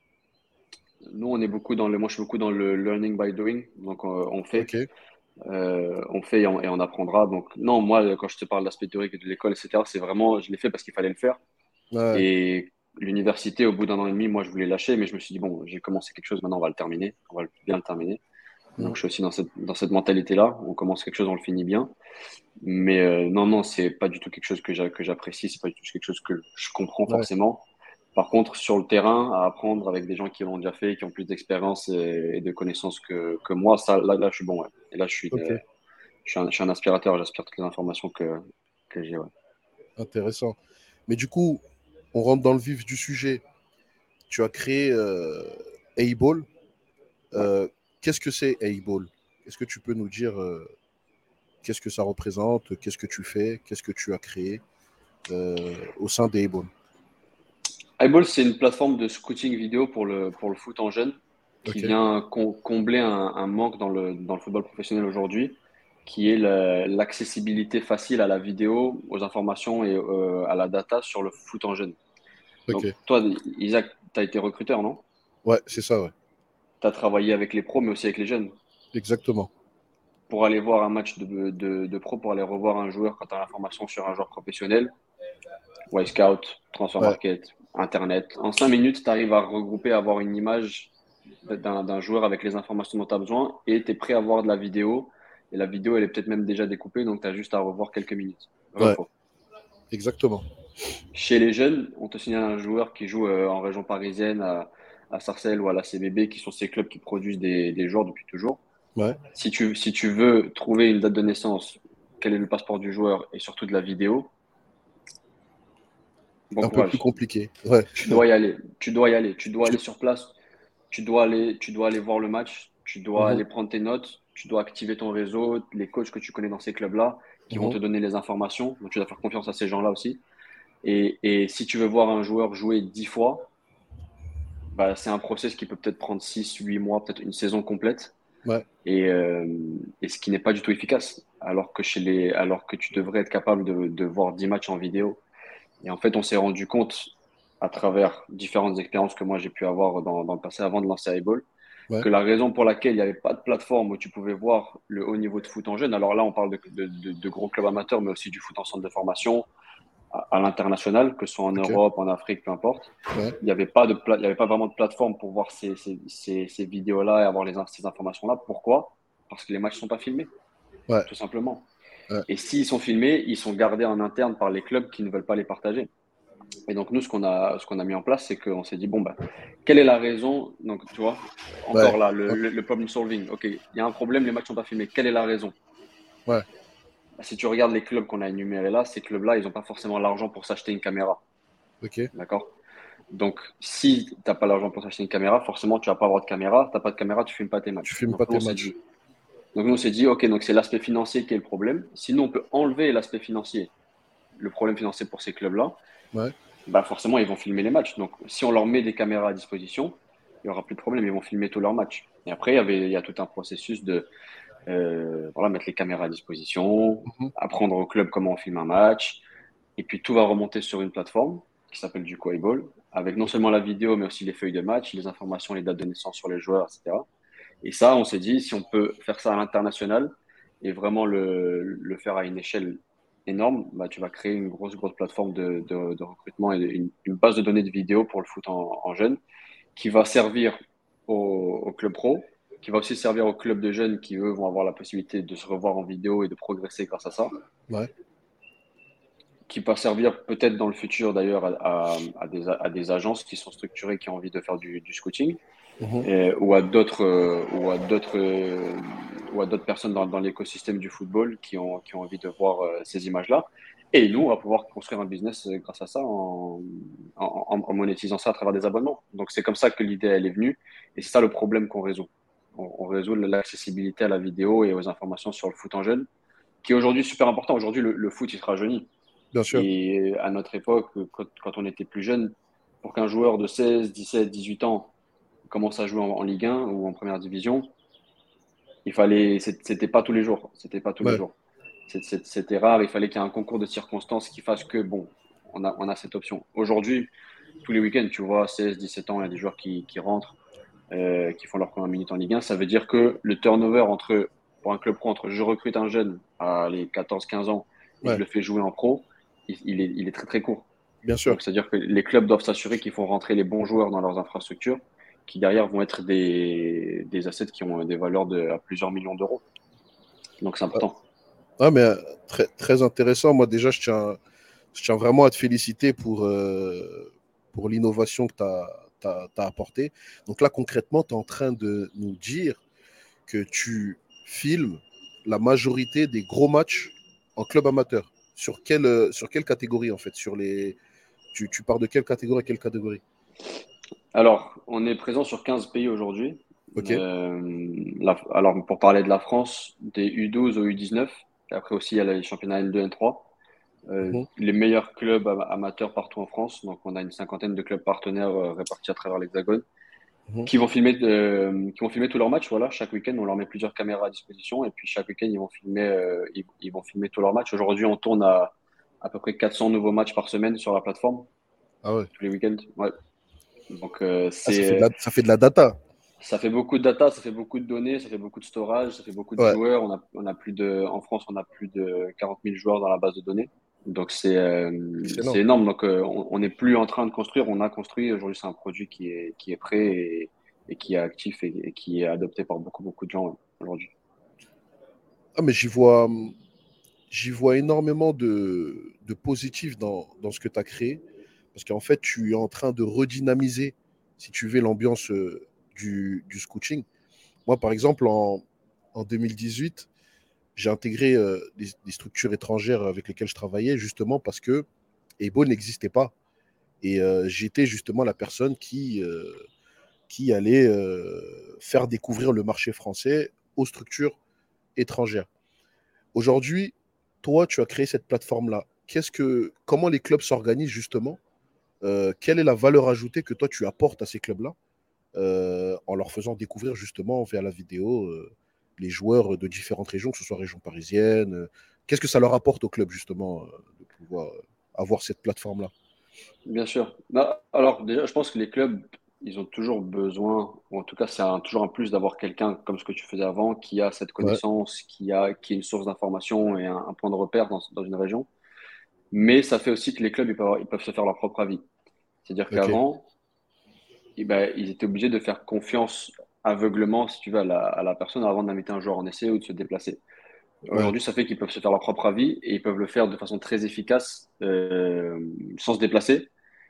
Nous, on est beaucoup dans le, moi, je suis beaucoup dans le learning by doing. Donc, euh, on fait, Ok. euh, on fait et on, et on apprendra. Donc, non, moi, quand je te parle de l'aspect théorique de l'école, et cetera, c'est vraiment, je l'ai fait parce qu'il fallait le faire. Ouais. Et l'université, au bout d'un an et demi, moi, je voulais lâcher, mais je me suis dit, bon, j'ai commencé quelque chose, maintenant, on va le terminer. On va bien le terminer. Donc, Mm. je suis aussi dans cette, dans cette mentalité-là. On commence quelque chose, on le finit bien. Mais euh, non, non, c'est pas du tout quelque chose que j'a- que j'apprécie. C'est pas du tout quelque chose que je comprends Ouais. forcément. Par contre, sur le terrain, à apprendre avec des gens qui l'ont déjà fait, qui ont plus d'expérience et, et de connaissances que, que moi, ça, là, là, je suis bon, ouais. Et là, je suis, Ok. de- je suis un, je suis un aspirateur. J'aspire toutes les informations que, que j'ai, ouais. Intéressant. Mais du coup, on rentre dans le vif du sujet. Tu as créé euh, A-Ball. Ouais. Euh, qu'est-ce que c'est A-Ball? Est-ce que tu peux nous dire euh, qu'est-ce que ça représente? Qu'est-ce que tu fais? Qu'est-ce que tu as créé euh, au sein d'A-Ball? iBall, c'est une plateforme de scouting vidéo pour le, pour le foot en jeune qui Ok. vient com- combler un, un manque dans le, dans le football professionnel aujourd'hui, qui est le- l'accessibilité facile à la vidéo, aux informations et euh, à la data sur le foot en jeune. Ok. Donc, toi, Isaac, tu as été recruteur, non? Ouais, c'est ça, ouais. Tu as travaillé avec les pros, mais aussi avec les jeunes. Exactement. Pour aller voir un match de, de, de pro, pour aller revoir un joueur quand tu as l'information sur un joueur professionnel, Scout, Transfer Ouais. Market, Internet. En cinq minutes, tu arrives à regrouper, à avoir une image d'un d'un joueur avec les informations dont tu as besoin et tu es prêt à voir de la vidéo. Et la vidéo, elle est peut-être même déjà découpée, donc tu as juste à revoir quelques minutes. Ouais. Repos. Exactement. Chez les jeunes, on te signale un joueur qui joue euh, en région parisienne, à, à Sarcelles ou à la C B B, qui sont ces clubs qui produisent des, des joueurs depuis toujours. Ouais. Si tu, si tu veux trouver une date de naissance, quel est le passeport du joueur et surtout de la vidéo, bon Un peu plus courage. compliqué. Ouais. Tu dois y aller. Tu dois y aller. Tu dois aller sur place. Tu dois aller, tu dois aller voir le match. Tu dois Mhm. aller prendre tes notes. Tu dois activer ton réseau, les coachs que tu connais dans ces clubs-là, qui vont Mhm. te donner les informations. Donc, tu dois faire confiance à ces gens-là aussi. Et, et si tu veux voir un joueur jouer dix fois, bah, c'est un process qui peut peut-être prendre six, huit mois, peut-être une saison complète. Ouais. Et, euh, et ce qui n'est pas du tout efficace. Alors que, chez les, alors que tu devrais être capable de, de voir dix matchs en vidéo. Et en fait, on s'est rendu compte à travers différentes expériences que moi j'ai pu avoir dans, dans le passé avant de lancer iBall, que la raison pour laquelle il n'y avait pas de plateforme où tu pouvais voir le haut niveau de foot en jeune, alors là, on parle de, de, de, de gros clubs amateurs, mais aussi du foot en centre de formation, à, à l'international, que ce soit en Ok. Europe, en Afrique, peu importe. Ouais. Il n'y avait, pas de pla- il y avait pas vraiment de plateforme pour voir ces, ces, ces, ces vidéos-là et avoir les, ces informations-là. Pourquoi? Parce que les matchs ne sont pas filmés, Ouais. tout simplement. Ouais. Et s'ils sont filmés, ils sont gardés en interne par les clubs qui ne veulent pas les partager. Et donc, nous, ce qu'on a, ce qu'on a mis en place, c'est qu'on s'est dit, bon, ben, quelle est la raison? Donc, tu vois, encore Ouais. là, le, le, le problem solving. OK, il y a un problème, les matchs ne sont pas filmés. Quelle est la raison? Ouais. Bah, si tu regardes les clubs qu'on a énumérés là, ces clubs-là, ils n'ont pas forcément l'argent pour s'acheter une caméra. Ok. D'accord? Donc, si tu n'as pas l'argent pour s'acheter une caméra, forcément, tu vas pas avoir de caméra. Tu n'as pas de caméra, tu ne filmes pas tes Tu matchs. filmes Donc, pas nous, tes on s'est matchs. dit, donc, nous, on s'est dit, OK, donc c'est l'aspect financier qui est le problème. Sinon, on peut enlever l'aspect financier, le problème financier pour ces clubs-là. Ouais. Bah forcément, ils vont filmer les matchs. Donc, si on leur met des caméras à disposition, il n'y aura plus de problème. Ils vont filmer tous leurs matchs. Et après, il y avait, il y a tout un processus de euh, voilà, mettre les caméras à disposition, Mhm. apprendre au club comment on filme un match. Et puis, tout va remonter sur une plateforme qui s'appelle du Quayball, avec non Ok. seulement la vidéo, mais aussi les feuilles de match, les informations, les dates de naissance sur les joueurs, et cetera. Et ça, on s'est dit, si on peut faire ça à l'international et vraiment le, le faire à une échelle énorme, bah, tu vas créer une grosse, grosse plateforme de, de, de recrutement et une, une base de données de vidéos pour le foot en, en jeunes qui va servir au, au club pro, qui va aussi servir aux clubs de jeunes qui, eux, vont avoir la possibilité de se revoir en vidéo et de progresser grâce à ça, Ouais. qui va servir peut-être dans le futur d'ailleurs à, à, à, des, à des agences qui sont structurées, qui ont envie de faire du, du scouting. Mhm. Et, ou à d'autres euh, ou à d'autres euh, ou à d'autres personnes dans, dans l'écosystème du football qui ont qui ont envie de voir euh, ces images-là. Et nous, on va pouvoir construire un business euh, grâce à ça en, en, en monétisant ça à travers des abonnements. Donc c'est comme ça que l'idée elle est venue et c'est ça le problème qu'on résout. On, on résout l'accessibilité à la vidéo et aux informations sur le foot en jeune, qui est aujourd'hui super important. Aujourd'hui, le, le foot il se rajeunit. Bien sûr. Et à notre époque, quand, quand on était plus jeune, pour qu'un joueur de seize, dix-sept, dix-huit ans commence à jouer en, en Ligue un ou en première division, il fallait, c'était pas tous les jours, c'était pas tous les Ouais. jours. C'était rare, il fallait qu'il y ait un concours de circonstances qui fasse que, bon, on a, on a cette option. Aujourd'hui, tous les week-ends, tu vois, seize, dix-sept ans, il y a des joueurs qui, qui rentrent, euh, qui font leur première minute en Ligue un. Ça veut dire que le turnover entre, pour un club pro, entre je recrute un jeune à les quatorze, quinze ans et je Ouais. le fais jouer en pro, il, il, est, il est très très court. Bien sûr. Donc, c'est-à-dire que les clubs doivent s'assurer qu'ils font rentrer les bons joueurs dans leurs infrastructures, qui derrière vont être des, des assets qui ont des valeurs de à plusieurs millions d'euros. Donc, c'est important. Ah, mais euh, très, très intéressant. Moi, déjà, je tiens, je tiens vraiment à te féliciter pour, euh, pour l'innovation que tu as apportée. Donc là, concrètement, tu es en train de nous dire que tu filmes la majorité des gros matchs en club amateur. Sur quelle, euh, sur quelle catégorie, en fait sur les... tu, tu pars de quelle catégorie à quelle catégorie? Alors, on est présent sur quinze pays aujourd'hui. Ok. Euh, la- alors, pour parler de la France, des U douze au U dix-neuf. Et après aussi, il y a les championnats N deux, N trois. Euh, Mhm. les meilleurs clubs am- amateurs partout en France. Donc, on a une cinquantaine de clubs partenaires euh, répartis à travers l'Hexagone Mhm. qui vont filmer, euh, qui vont filmer tous leurs matchs. Voilà, chaque week-end, on leur met plusieurs caméras à disposition et puis chaque week-end, ils vont filmer, euh, ils, ils vont filmer tous leurs matchs. Aujourd'hui, on tourne à à peu près quatre cents nouveaux matchs par semaine sur la plateforme Ah ouais. tous les week-ends. Ouais. Donc, euh, Ah, ça fait de c'est la, ça fait de la data. ça fait beaucoup de data, ça fait beaucoup de données, ça fait beaucoup de storage, ça fait beaucoup de Ouais. joueurs. On a, on a plus de, en France, on a plus de quarante mille joueurs dans la base de données. Donc c'est euh, c'est Excellent. énorme. Donc euh, on n'est plus en train de construire, on a construit. Aujourd'hui, c'est un produit qui est, qui est prêt et, et qui est actif et, et qui est adopté par beaucoup, beaucoup de gens ouais, aujourd'hui. Ah, mais j'y vois, j'y vois énormément de, de positif dans, dans ce que tu as créé. Parce qu'en fait, tu es en train de redynamiser, si tu veux, l'ambiance euh, du, du scouting. Moi, par exemple, en, en deux mille dix-huit, j'ai intégré euh, des, des structures étrangères avec lesquelles je travaillais, justement parce que Ebo n'existait pas. Et euh, j'étais justement la personne qui, euh, qui allait euh, faire découvrir le marché français aux structures étrangères. Aujourd'hui, toi, tu as créé cette plateforme-là. Qu'est-ce que, comment les clubs s'organisent justement? Euh, quelle est la valeur ajoutée que toi tu apportes à ces clubs-là euh, en leur faisant découvrir justement via la vidéo euh, les joueurs de différentes régions, que ce soit région parisienne. euh, Qu'est-ce que ça leur apporte au club justement euh, de pouvoir euh, avoir cette plateforme-là? Bien sûr. Bah, alors déjà, je pense que les clubs ils ont toujours besoin, ou en tout cas, c'est un- toujours un plus d'avoir quelqu'un comme ce que tu faisais avant, qui a cette Ouais, connaissance, qui a, qui est une source d'information et un, un point de repère dans, dans une région. Mais ça fait aussi que les clubs, ils peuvent, avoir- ils peuvent se faire leur propre avis. C'est-à-dire ok. qu'avant, eh ben, ils étaient obligés de faire confiance aveuglement, si tu veux, à la, à la personne avant d'inviter un joueur en essai ou de se déplacer. Ouais. Aujourd'hui, ça fait qu'ils peuvent se faire leur propre avis et ils peuvent le faire de façon très efficace, euh, sans se déplacer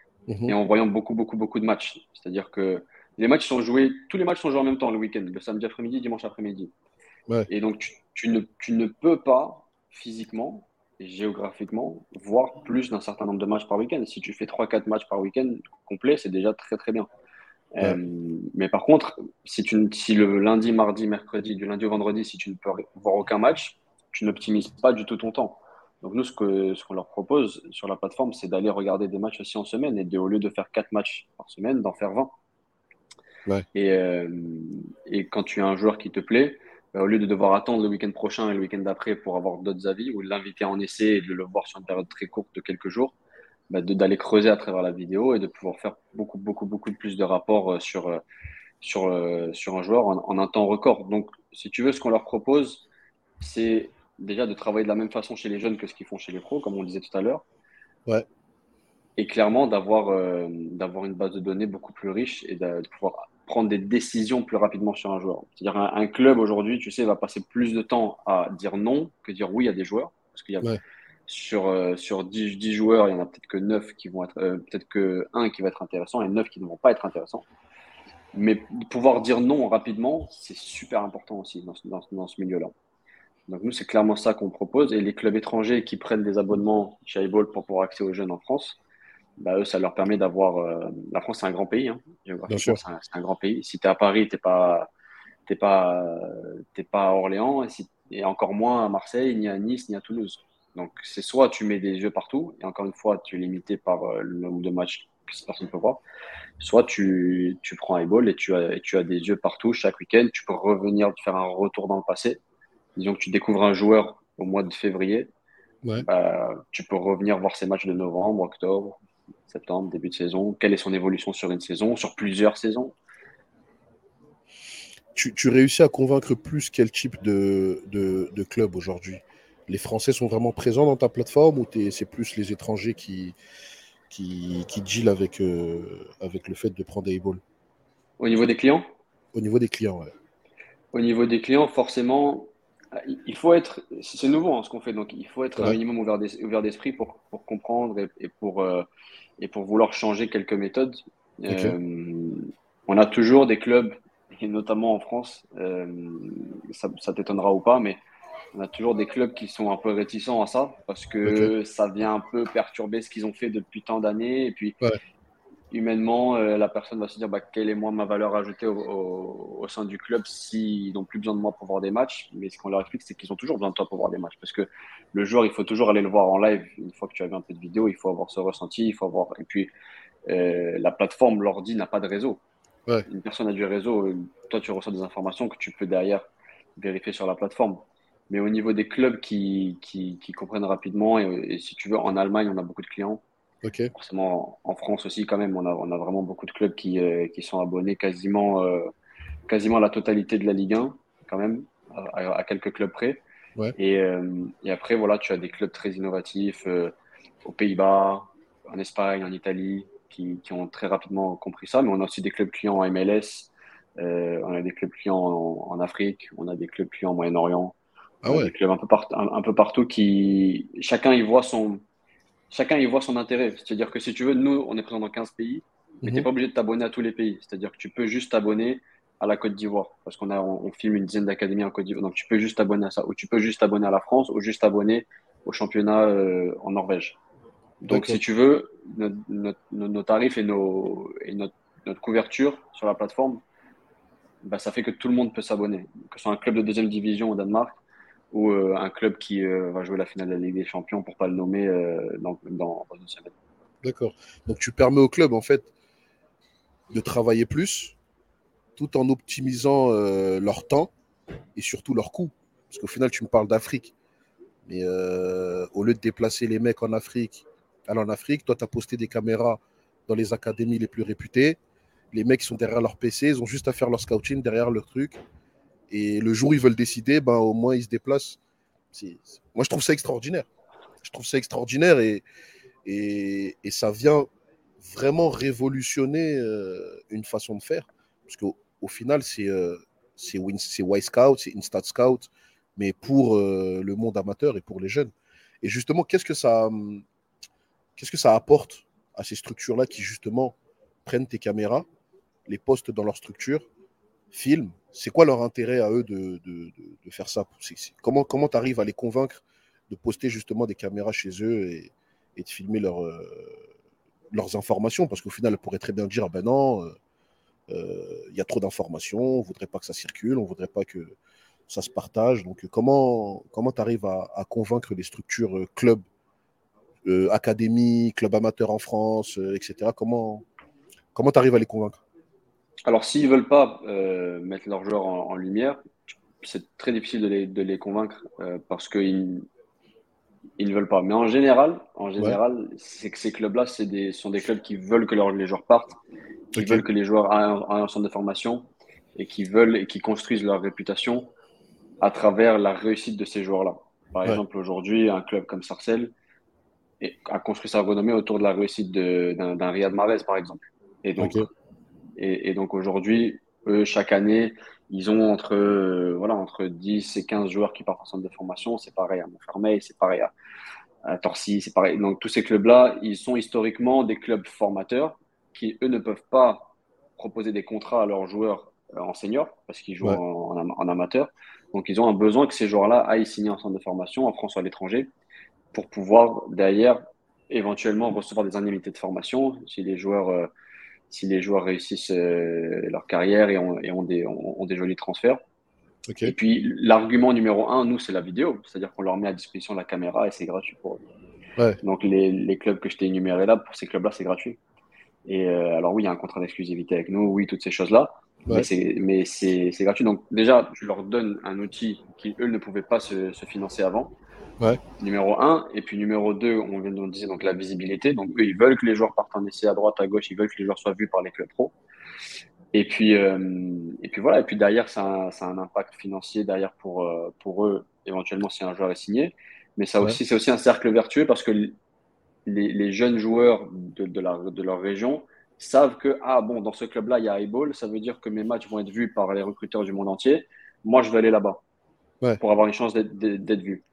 et Mhm. en voyant beaucoup, beaucoup, beaucoup de matchs. C'est-à-dire que les matchs sont joués, tous les matchs sont joués en même temps le week-end, le samedi après-midi, dimanche après-midi. Ouais. Et donc, tu, tu ne, tu ne peux pas physiquement et géographiquement voir plus d'un certain nombre de matchs par week-end. Si tu fais trois quatre matchs par week-end complet, c'est déjà très, très bien. Euh, Ouais. mais par contre, si, tu, si le lundi, mardi, mercredi, du lundi au vendredi, si tu ne peux voir aucun match, tu n'optimises pas du tout ton temps. Donc nous, ce que ce qu'on leur propose sur la plateforme, c'est d'aller regarder des matchs aussi en semaine et de, au lieu de faire quatre matchs par semaine, d'en faire vingt. Ouais. Et, euh, et quand tu as un joueur qui te plaît, bah, au lieu de devoir attendre le week-end prochain et le week-end d'après pour avoir d'autres avis, ou l'inviter en essai et de le voir sur une période très courte de quelques jours, bah, de- d'aller creuser à travers la vidéo et de pouvoir faire beaucoup, beaucoup, beaucoup de plus de rapports euh, sur, euh, sur, euh, sur un joueur en, en un temps record. Donc, si tu veux, ce qu'on leur propose, c'est déjà de travailler de la même façon chez les jeunes que ce qu'ils font chez les pros, comme on disait tout à l'heure, Ouais. et clairement d'avoir euh, d'avoir une base de données beaucoup plus riche et de, de pouvoir prendre des décisions plus rapidement sur un joueur. C'est-à-dire un, un club aujourd'hui, tu sais, va passer plus de temps à dire non que dire oui à des joueurs, parce qu'il y a Ouais. sur euh, sur dix dix joueurs, il y en a peut-être que neuf qui vont être euh, peut-être que un qui va être intéressant et neuf qui ne vont pas être intéressants. Mais pouvoir dire non rapidement, c'est super important aussi dans ce, dans, dans ce milieu-là. Donc nous, c'est clairement ça qu'on propose. Et les clubs étrangers qui prennent des abonnements chez iBall pour pouvoir accéder aux jeunes en France, bah, eux, ça leur permet d'avoir. Euh, la France, c'est un grand pays, hein. Bien Géographiquement, sûr. c'est un, c'est un grand pays. Si tu es à Paris, tu n'es pas, t'es pas, euh, t'es pas à Orléans, et, si, et encore moins à Marseille, ni à Nice, ni à Toulouse. Donc, c'est soit tu mets des yeux partout, et encore une fois, tu es limité par euh, le nombre de matchs que cette personne peut voir, soit tu, tu prends iBall et tu as, et tu as des yeux partout chaque week-end. Tu peux revenir faire un retour dans le passé. Disons que tu découvres un joueur au mois de février, Ouais. bah, tu peux revenir voir ses matchs de novembre, octobre, septembre, début de saison. Quelle est son évolution sur une saison, sur plusieurs saisons? Tu, tu réussis à convaincre plus quel type de, de, de club aujourd'hui? Les Français sont vraiment présents dans ta plateforme ou t'es- c'est plus les étrangers qui, qui, qui deal avec, euh, avec le fait de prendre des balls? Au niveau des clients, Au niveau des clients, ouais. au niveau des clients, forcément, il faut être, c'est nouveau hein, ce qu'on fait, donc il faut être un Ouais. minimum ouvert d'es- ouvert d'esprit pour, pour comprendre et, et pour, euh, et pour vouloir changer quelques méthodes. Ok. Euh, on a toujours des clubs, et notamment en France, euh, ça, ça t'étonnera ou pas, mais on a toujours des clubs qui sont un peu réticents à ça parce Ok. que ça vient un peu perturber ce qu'ils ont fait depuis tant d'années. Et puis, Ouais. humainement, euh, la personne va se dire bah, quelle est moi ma valeur ajoutée au, au, au sein du club s'ils n'ont plus besoin de moi pour voir des matchs. Mais ce qu'on leur explique, c'est qu'ils ont toujours besoin de toi pour voir des matchs parce que le joueur, il faut toujours aller le voir en live. Une fois que tu as vu un peu de vidéo, il faut avoir ce ressenti, il faut avoir. Et puis, euh, la plateforme, l'ordi n'a pas de réseau. Ouais. Une personne a du réseau, euh, toi, tu reçois des informations que tu peux derrière vérifier sur la plateforme. Mais au niveau des clubs qui, qui, qui comprennent rapidement, et, et si tu veux, en Allemagne, on a beaucoup de clients. Ok. Forcément, en France aussi, quand même, on a, on a vraiment beaucoup de clubs qui, euh, qui sont abonnés quasiment, euh, quasiment à la totalité de la Ligue un, quand même, à, à quelques clubs près. Ouais. Et, euh, et après, voilà, tu as des clubs très innovatifs euh, aux Pays-Bas, en Espagne, en Italie, qui, qui ont très rapidement compris ça. Mais on a aussi des clubs clients en M L S, euh, on a des clubs clients en, en Afrique, on a des clubs clients au Moyen-Orient, Ah on a des ouais. clubs un peu, part, un, un peu partout qui, chacun y voit son, chacun y voit son intérêt. C'est-à-dire que si tu veux, nous, on est présent dans quinze pays, mais tu n'es Mhm. pas obligé de t'abonner à tous les pays. C'est-à-dire que tu peux juste t'abonner à la Côte d'Ivoire, parce qu'on a, on, on filme une dizaine d'académies en Côte d'Ivoire. Donc tu peux juste t'abonner à ça, ou tu peux juste t'abonner à la France, ou juste t'abonner au championnat euh, en Norvège. Donc si D'accord. tu veux, notre, notre- nos, nos tarifs et, nos, et notre, notre couverture sur la plateforme, bah, ça fait que tout le monde peut s'abonner. Que ce soit un club de deuxième division au Danemark, ou euh, un club qui euh, va jouer la finale de la Ligue des Champions, pour pas le nommer, euh, dans, dans, dans une semaine. D'accord. Donc tu permets au club en fait de travailler plus tout en optimisant euh, leur temps et surtout leur coût. Parce qu'au final, tu me parles d'Afrique. Mais euh, au lieu de déplacer les mecs en Afrique, aller en Afrique, toi, tu as posté des caméras dans les académies les plus réputées. Les mecs sont derrière leur P C, ils ont juste à faire leur scouting derrière leur truc. Et le jour où ils veulent décider, ben, au moins ils se déplacent. C'est... c'est- Moi, je trouve ça extraordinaire. Je trouve ça extraordinaire et, et, et ça vient vraiment révolutionner euh, une façon de faire. Parce qu'au au final, c'est euh, c'est Win- c'est Y Scout, c'est Instat Scout, mais pour euh, le monde amateur et pour les jeunes. Et justement, qu'est-ce que ça, hum, qu'est-ce que ça apporte à ces structures-là qui, justement, prennent tes caméras, les postent dans leur structure, filment? C'est quoi leur intérêt à eux de, de, de- de faire ça? C'est- c'est- Comment comment tu arrives à les convaincre de poster justement des caméras chez eux et, et de filmer leur, euh, leurs informations? Parce qu'au final, elles pourraient très bien dire, ah ben non, euh, euh, il y a trop d'informations, on ne voudrait pas que ça circule, on ne voudrait pas que ça se partage. Donc, euh, comment comment tu arrives à, à convaincre les structures euh, clubs, euh, académies, clubs amateurs en France, euh, et cetera. Comment comment tu arrives à les convaincre? Alors, s'ils veulent pas euh, mettre leurs joueurs en, en lumière, c'est très difficile de les, de les convaincre euh, parce qu'ils ils ne veulent pas. Mais en général, en Ouais, général, c'est que ces clubs-là, c'est des, sont des clubs qui veulent que leurs- les joueurs partent, qui ok, veulent que les joueurs aient un, aient un centre de formation et qui veulent et qui construisent leur réputation à travers la réussite de ces joueurs-là. Par ouais, exemple, aujourd'hui, un club comme Sarcelles et- a construit sa renommée autour de la réussite de- d'un d'un Riyad Mahrez, par exemple. Et donc, ok, et, et donc aujourd'hui, eux, chaque année, ils ont entre, euh, voilà, entre dix et quinze joueurs qui partent en centre de formation. C'est pareil à Montfermeil, c'est pareil à, à Torcy, c'est pareil. Donc tous ces clubs-là, ils sont historiquement des clubs formateurs qui, eux, ne peuvent pas proposer des contrats à leurs joueurs euh, en senior parce qu'ils jouent ouais, en, en, en amateur. Donc ils ont un besoin que ces joueurs-là aillent signer en centre de formation en France ou à l'étranger pour pouvoir derrière éventuellement recevoir des indemnités de formation si les joueurs, euh, si les joueurs réussissent euh, leur carrière et ont, et ont des, ont, ont des jolis transferts. ok, Et puis l'argument numéro un, nous, c'est la vidéo, c'est-à-dire qu'on leur met à disposition la caméra et c'est gratuit pour eux. ouais, Donc les, les clubs que je t'ai énumérés là, pour ces clubs-là, c'est gratuit. Et euh, alors oui, il y a un contrat d'exclusivité avec nous, oui, toutes ces choses-là, mais ouais, c'est mais c'est c'est gratuit. Donc déjà, je leur donne un outil qui eux ne pouvaient pas se, se financer avant. ouais, Numéro un, et puis numéro deux, on vient de nous dire donc la visibilité. Donc eux, ils veulent que les joueurs partent en essai à droite, à gauche, ils veulent que les joueurs soient vus par les clubs pro. Et puis euh, et puis voilà, et puis derrière, ça a, un- ça a un impact financier derrière pour euh, pour eux éventuellement si un joueur est signé. Mais ça ouais, aussi, c'est aussi un cercle vertueux parce que les, les jeunes joueurs de, de, la, de leur région savent que, ah bon, dans ce club-là, il y a iBall, ça veut dire que mes matchs vont être vus par les recruteurs du monde entier. Moi, je vais aller là-bas ouais, pour avoir une chance d'être d'être vus.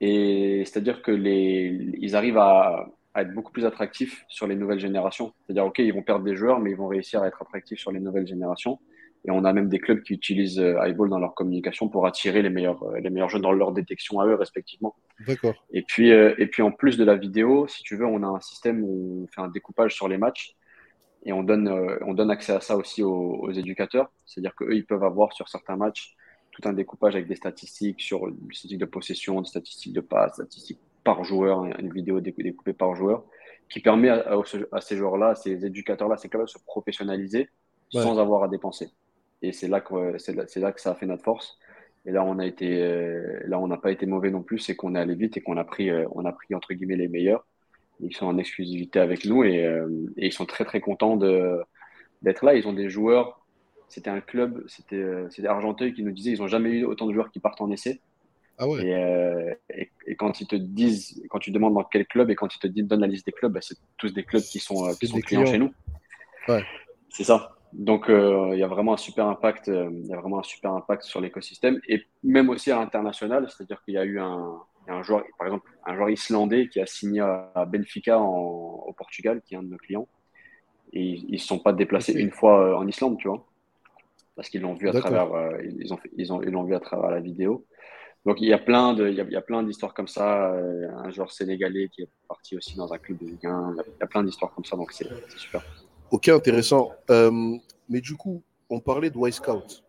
Et c'est-à-dire que les, ils arrivent à, à être beaucoup plus attractifs sur les nouvelles générations. C'est-à-dire, OK, ils vont perdre des joueurs, mais ils vont réussir à être attractifs sur les nouvelles générations. Et on a même des clubs qui utilisent euh, iBall dans leur communication pour attirer les meilleurs, euh, les meilleurs jeunes dans leur détection à eux, respectivement. d'accord, Et puis, euh, et puis en plus de la vidéo, si tu veux, on a un système où on fait un découpage sur les matchs et on donne, euh, on donne accès à ça aussi aux, aux éducateurs. C'est-à-dire qu'eux, ils peuvent avoir sur certains matchs tout un découpage avec des statistiques sur des statistiques de possession, des statistiques de passe, des statistiques par joueur, une vidéo découpée par joueur, qui permet à, à, à ces joueurs-là, à ces éducateurs-là, c'est capable de se professionnaliser ouais, sans avoir à dépenser. Et c'est là que, c'est là, c'est là que ça a fait notre force. Et là, on a été, euh, là, on n'a pas été mauvais non plus, c'est qu'on est allé vite et qu'on a pris, euh, on a pris entre guillemets les meilleurs. Ils sont en exclusivité avec nous et, euh, et ils sont très très contents de d'être là. Ils ont des joueurs. C'était un club, c'était euh, c'était Argenteuil qui nous disait ils n'ont jamais eu autant de joueurs qui partent en essai. ah ouais, Et, euh, et, et quand ils te disent, quand tu demandes dans quel club et quand ils te disent donne la liste des clubs, bah, c'est tous des clubs qui sont euh, qui c'est sont des clients chez clients, nous. ouais, C'est ça. Donc, euh, il y a vraiment un super impact, euh, il y a vraiment un super impact sur l'écosystème et même aussi à l'international, c'est-à-dire qu'il y a eu un, il y a un joueur, par exemple, un joueur islandais qui a signé à Benfica en, au Portugal, qui est un de nos clients, et ils ne se sont pas déplacés ok, une fois euh, en Islande, tu vois, parce qu'ils l'ont vu à d'accord, travers, euh, ils ont fait, ils ont, ils l'ont vu à travers la vidéo. Donc, il y a plein de, il y a, il y a plein d'histoires comme ça. Euh, un joueur sénégalais qui est parti aussi dans un club de Ligue un. Il y a, il y a plein d'histoires comme ça, donc c'est c'est super. ok, intéressant. Euh, mais du coup, on parlait de Y Scout,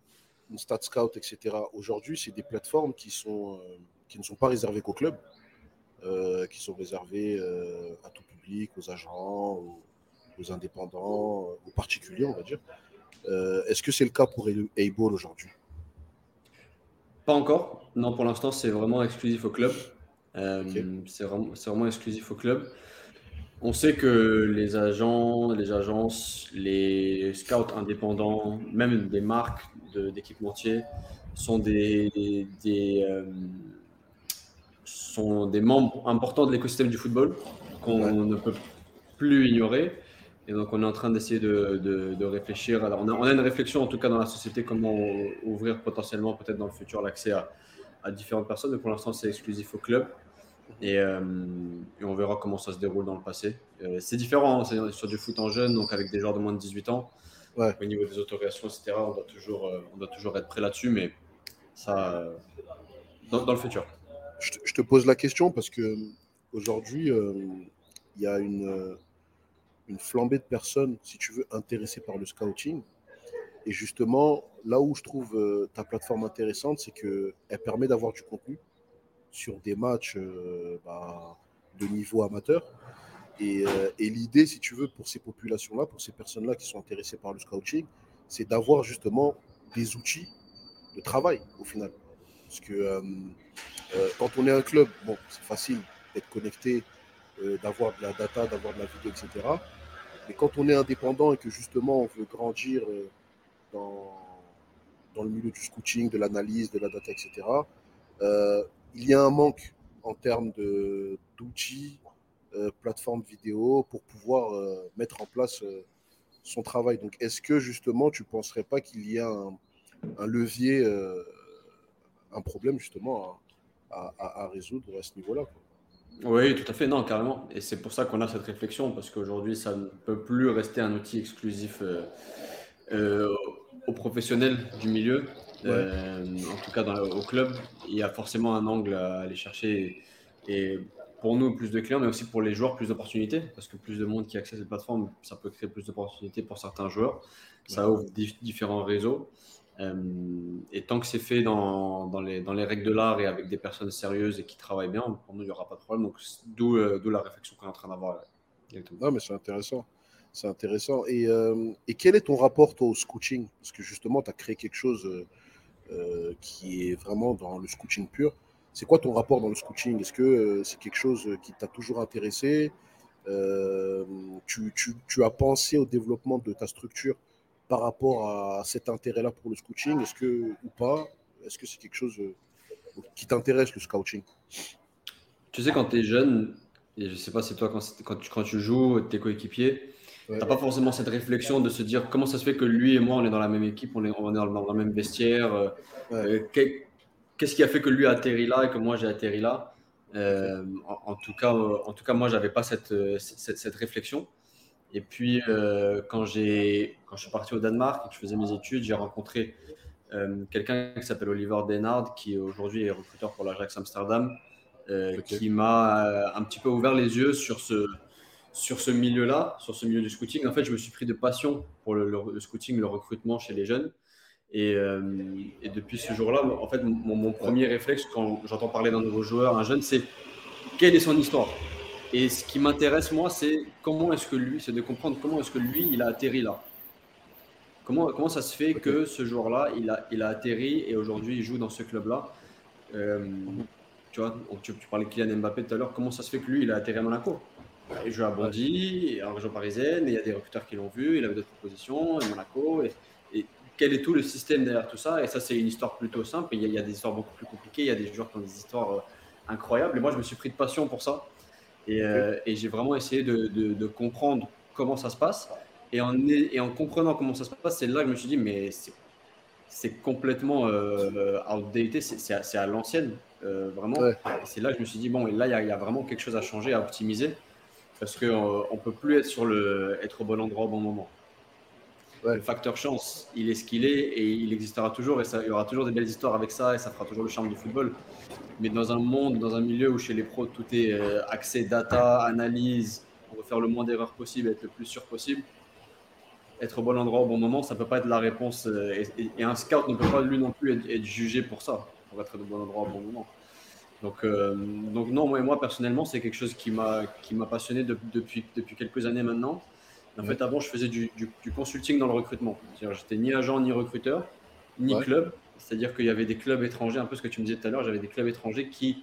Stat Scout, et cetera. Aujourd'hui, c'est des plateformes qui sont euh, qui ne sont pas réservées qu'aux clubs, euh, qui sont réservées euh, à tout public, aux agents, aux, aux indépendants, euh, aux particuliers, on va dire. Euh, Est-ce que c'est le cas pour A-Ball aujourd'hui? Pas encore. Non, pour l'instant, c'est vraiment exclusif au club. Ok, Euh, c'est vraiment, c'est vraiment exclusif au club. On sait que les agents, les agences, les des scouts indépendants, même des marques de, d'équipementiers, sont des, des, des, euh, sont des membres importants de l'écosystème du football qu'on Ouais. ne peut plus ignorer. Et donc, on est en train d'essayer de, de, de réfléchir. Alors, on a, on a une réflexion, en tout cas, dans la société, comment ouvrir potentiellement, peut-être dans le futur, l'accès à, à différentes personnes. Mais pour l'instant, c'est exclusif au club. Et, euh, et on verra comment ça se déroule dans le passé. Euh, c'est différent, hein, c'est sur du foot en jeune, donc avec des joueurs de moins de dix-huit ans. Ouais. Au niveau des autorisations, et cetera, on doit toujours, euh, on doit toujours être prêt là-dessus, mais ça, euh, dans, dans le futur. Je te, je te pose la question parce que aujourd'hui, euh, il y a une, euh, une flambée de personnes, si tu veux, intéressées par le scouting. Et justement, là où je trouve euh, ta plateforme intéressante, c'est qu'elle permet d'avoir du contenu sur des matchs euh, bah, de niveau amateur. Et, euh, et l'idée, si tu veux, pour ces populations-là, pour ces personnes-là qui sont intéressées par le scouting, c'est d'avoir justement des outils de travail au final. Parce que euh, euh, quand on est un club, bon, c'est facile d'être connecté, euh, d'avoir de la data, d'avoir de la vidéo, et cetera. Mais quand on est indépendant et que justement on veut grandir euh, dans, dans le milieu du scouting, de l'analyse, de la data, et cetera, euh, il y a un manque en termes de, d'outils, euh, plateformes vidéo pour pouvoir euh, mettre en place euh, son travail. Donc, est-ce que justement, tu ne penserais pas qu'il y a un, un levier, euh, un problème justement à, à, à résoudre à ce niveau-là, quoi? Oui, tout à fait, non, carrément. Et c'est pour ça qu'on a cette réflexion, parce qu'aujourd'hui, ça ne peut plus rester un outil exclusif euh, euh, aux professionnels du milieu. Ouais. Euh, en tout cas, dans, au club, il y a forcément un angle à aller chercher. Et, et pour nous, plus de clients, mais aussi pour les joueurs, plus d'opportunités, parce que plus de monde qui accède à cette plateforme, ça peut créer plus d'opportunités pour certains joueurs. Ça ouvre dif- différents réseaux. Euh, et tant que c'est fait dans, dans, les, dans les règles de l'art et avec des personnes sérieuses et qui travaillent bien, pour nous, il n'y aura pas de problème. Donc, d'où, euh, d'où la réflexion qu'on est en train d'avoir là. Exactement. Non, mais c'est intéressant. C'est intéressant. Et, euh, et quel est ton rapport, toi, au scouting? Parce que justement, tu as créé quelque chose euh, euh, qui est vraiment dans le scouting pur. C'est quoi ton rapport dans le scouting? Est-ce que euh, c'est quelque chose qui t'a toujours intéressé? Euh, tu, tu, tu as pensé au développement de ta structure par rapport à cet intérêt-là pour le scouting? Est-ce que, ou pas? Est-ce que c'est quelque chose euh, qui t'intéresse, le scouting? Tu sais, quand tu es jeune, et je sais pas si toi, quand, c'est- quand, tu, quand tu joues, tes coéquipiers, Ouais. t'as pas forcément cette réflexion de se dire comment ça se fait que lui et moi, on est dans la même équipe, on est, on est dans, dans le même vestiaire. euh, Ouais. euh, qu'est- Qu'est-ce qui a fait que lui a atterri là et que moi j'ai atterri là? Euh, en, en tout cas, euh, en tout cas, moi, j'avais pas cette, euh, cette, cette réflexion. Et puis, euh, quand j'ai, quand je suis parti au Danemark et que je faisais mes études, j'ai rencontré euh, quelqu'un qui s'appelle Oliver Denard, qui aujourd'hui est recruteur pour l'Ajax Amsterdam, euh, Ok. qui m'a euh, un petit peu ouvert les yeux sur ce, sur ce milieu-là, sur ce milieu du scouting. En fait, je me suis pris de passion pour le, le- le scouting, le recrutement chez les jeunes. Et, euh, et depuis ce jour-là, en fait, mon, mon premier réflexe quand j'entends parler d'un nouveau joueur, un jeune, c'est quelle est son histoire? Et ce qui m'intéresse, moi, c'est comment est-ce que lui, c'est de comprendre comment est-ce que lui, il a atterri là. Comment, comment ça se fait Ok. que ce joueur-là, il a, il a atterri et aujourd'hui, il joue dans ce club-là? Euh, tu vois, donc tu, tu parlais de Kylian Mbappé tout à l'heure. Comment ça se fait que lui, il a atterri à Monaco? Bah, il joue à Ouais. Bondy, en région parisienne, et il y a des recruteurs qui l'ont vu, il avait d'autres propositions, et Monaco. Et, et quel est tout le système derrière tout ça? Et ça, c'est une histoire plutôt simple. Il y, a, il y a des histoires beaucoup plus compliquées. Il y a des joueurs qui ont des histoires euh, incroyables. Et moi, je me suis pris de passion pour ça. Et, Ok. euh, et j'ai vraiment essayé de, de- de comprendre comment ça se passe. Et en, et en comprenant comment ça se passe, c'est là que je me suis dit, mais c'est c'est complètement euh, outdated, c'est c'est à, c'est à l'ancienne, euh, vraiment. Ouais. Et c'est là que je me suis dit, bon, et là, il y, a- il y a vraiment quelque chose à changer, à optimiser, parce qu'on ne peut plus être, sur le, être au bon endroit au bon moment. Ouais. Le facteur chance, il est ce qu'il est, et il existera toujours, et ça, il y aura toujours des belles histoires avec ça, et ça fera toujours le charme du football. Mais dans un monde, dans un milieu où chez les pros, tout est euh, accès data, analyse, on veut faire le moins d'erreurs possible, être le plus sûr possible, être au bon endroit au bon moment, ça ne peut pas être la réponse. euh, Et, et un scout ne peut pas lui non plus être, être jugé pour ça, pour être au bon endroit au bon moment. Donc, euh, donc non, moi, moi personnellement, c'est quelque chose qui m'a qui m'a passionné de- depuis, depuis quelques années maintenant. En Ouais. fait, avant, je faisais du, du, du consulting dans le recrutement. C'est-à-dire, j'étais ni agent, ni recruteur, ni Ouais. club. C'est-à-dire qu'il y avait des clubs étrangers, un peu ce que tu me disais tout à l'heure, j'avais des clubs étrangers qui,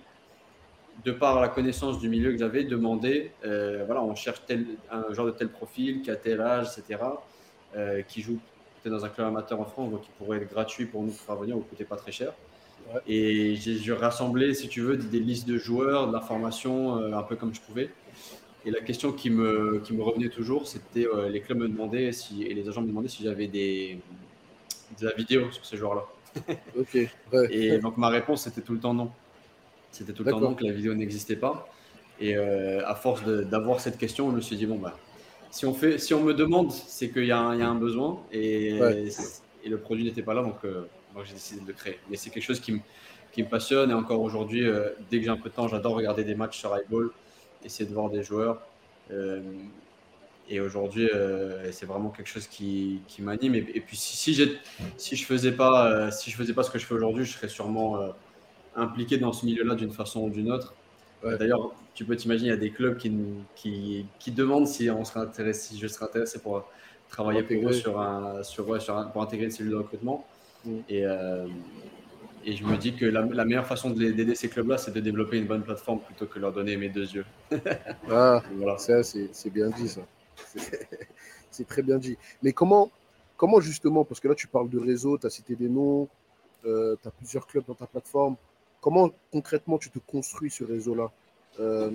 de par la connaissance du milieu que j'avais, demandaient, euh, voilà, on cherche tel, un genre de tel profil, qui a tel âge, et cetera. euh, qui joue peut-être dans un club amateur en France, donc qui pourrait être gratuit pour nous pour faire venir ou coûter pas très cher. Ouais. Et j'ai, j'ai rassemblé, si tu veux, des, des listes de joueurs, de l'information, euh, un peu comme je pouvais. Et la question qui me, qui me revenait toujours, c'était euh, les clubs me demandaient si, et les agents me demandaient si j'avais des, de la vidéo sur ces joueurs-là. Ok, ouais. Et donc ma réponse, c'était tout le temps non. C'était tout le temps D'accord. non, que la vidéo n'existait pas. Et euh, à force de, d'avoir cette question, je me suis dit, bon, bah, si on, fait, si on me demande, c'est qu'il y a un, il y a un besoin. Et, Ouais. et le produit n'était pas là, donc, euh, donc j'ai décidé de le créer. Mais c'est quelque chose qui me, qui me passionne. Et encore aujourd'hui, euh, dès que j'ai un peu de temps, j'adore regarder des matchs sur iBall, essayer de voir des joueurs. Euh, et aujourd'hui, euh, c'est vraiment quelque chose qui, qui m'anime. Et, et puis, si, si, j'ai, si je faisais pas, euh, si je faisais pas ce que je fais aujourd'hui, je serais sûrement euh, impliqué dans ce milieu-là d'une façon ou d'une autre. Euh, Ouais. D'ailleurs, tu peux t'imaginer, il y a des clubs qui, qui, qui demandent si on serait intéressé, si je serais intéressé pour Pour travailler pour eux intégrer. sur un, sur, ouais, sur un- pour intégrer une cellule de recrutement. Mm. Et, euh, et je me dis que la, la meilleure façon de les- d'aider ces clubs-là, c'est de développer une bonne plateforme plutôt que leur donner mes deux yeux. Ah, Voilà. ça, c'est c'est bien dit, ça. C'est c'est très bien dit. Mais comment, comment justement, parce que là, tu parles de réseau, tu as cité des noms, euh, tu as plusieurs clubs dans ta plateforme. Comment concrètement tu te construis ce réseau-là? Euh,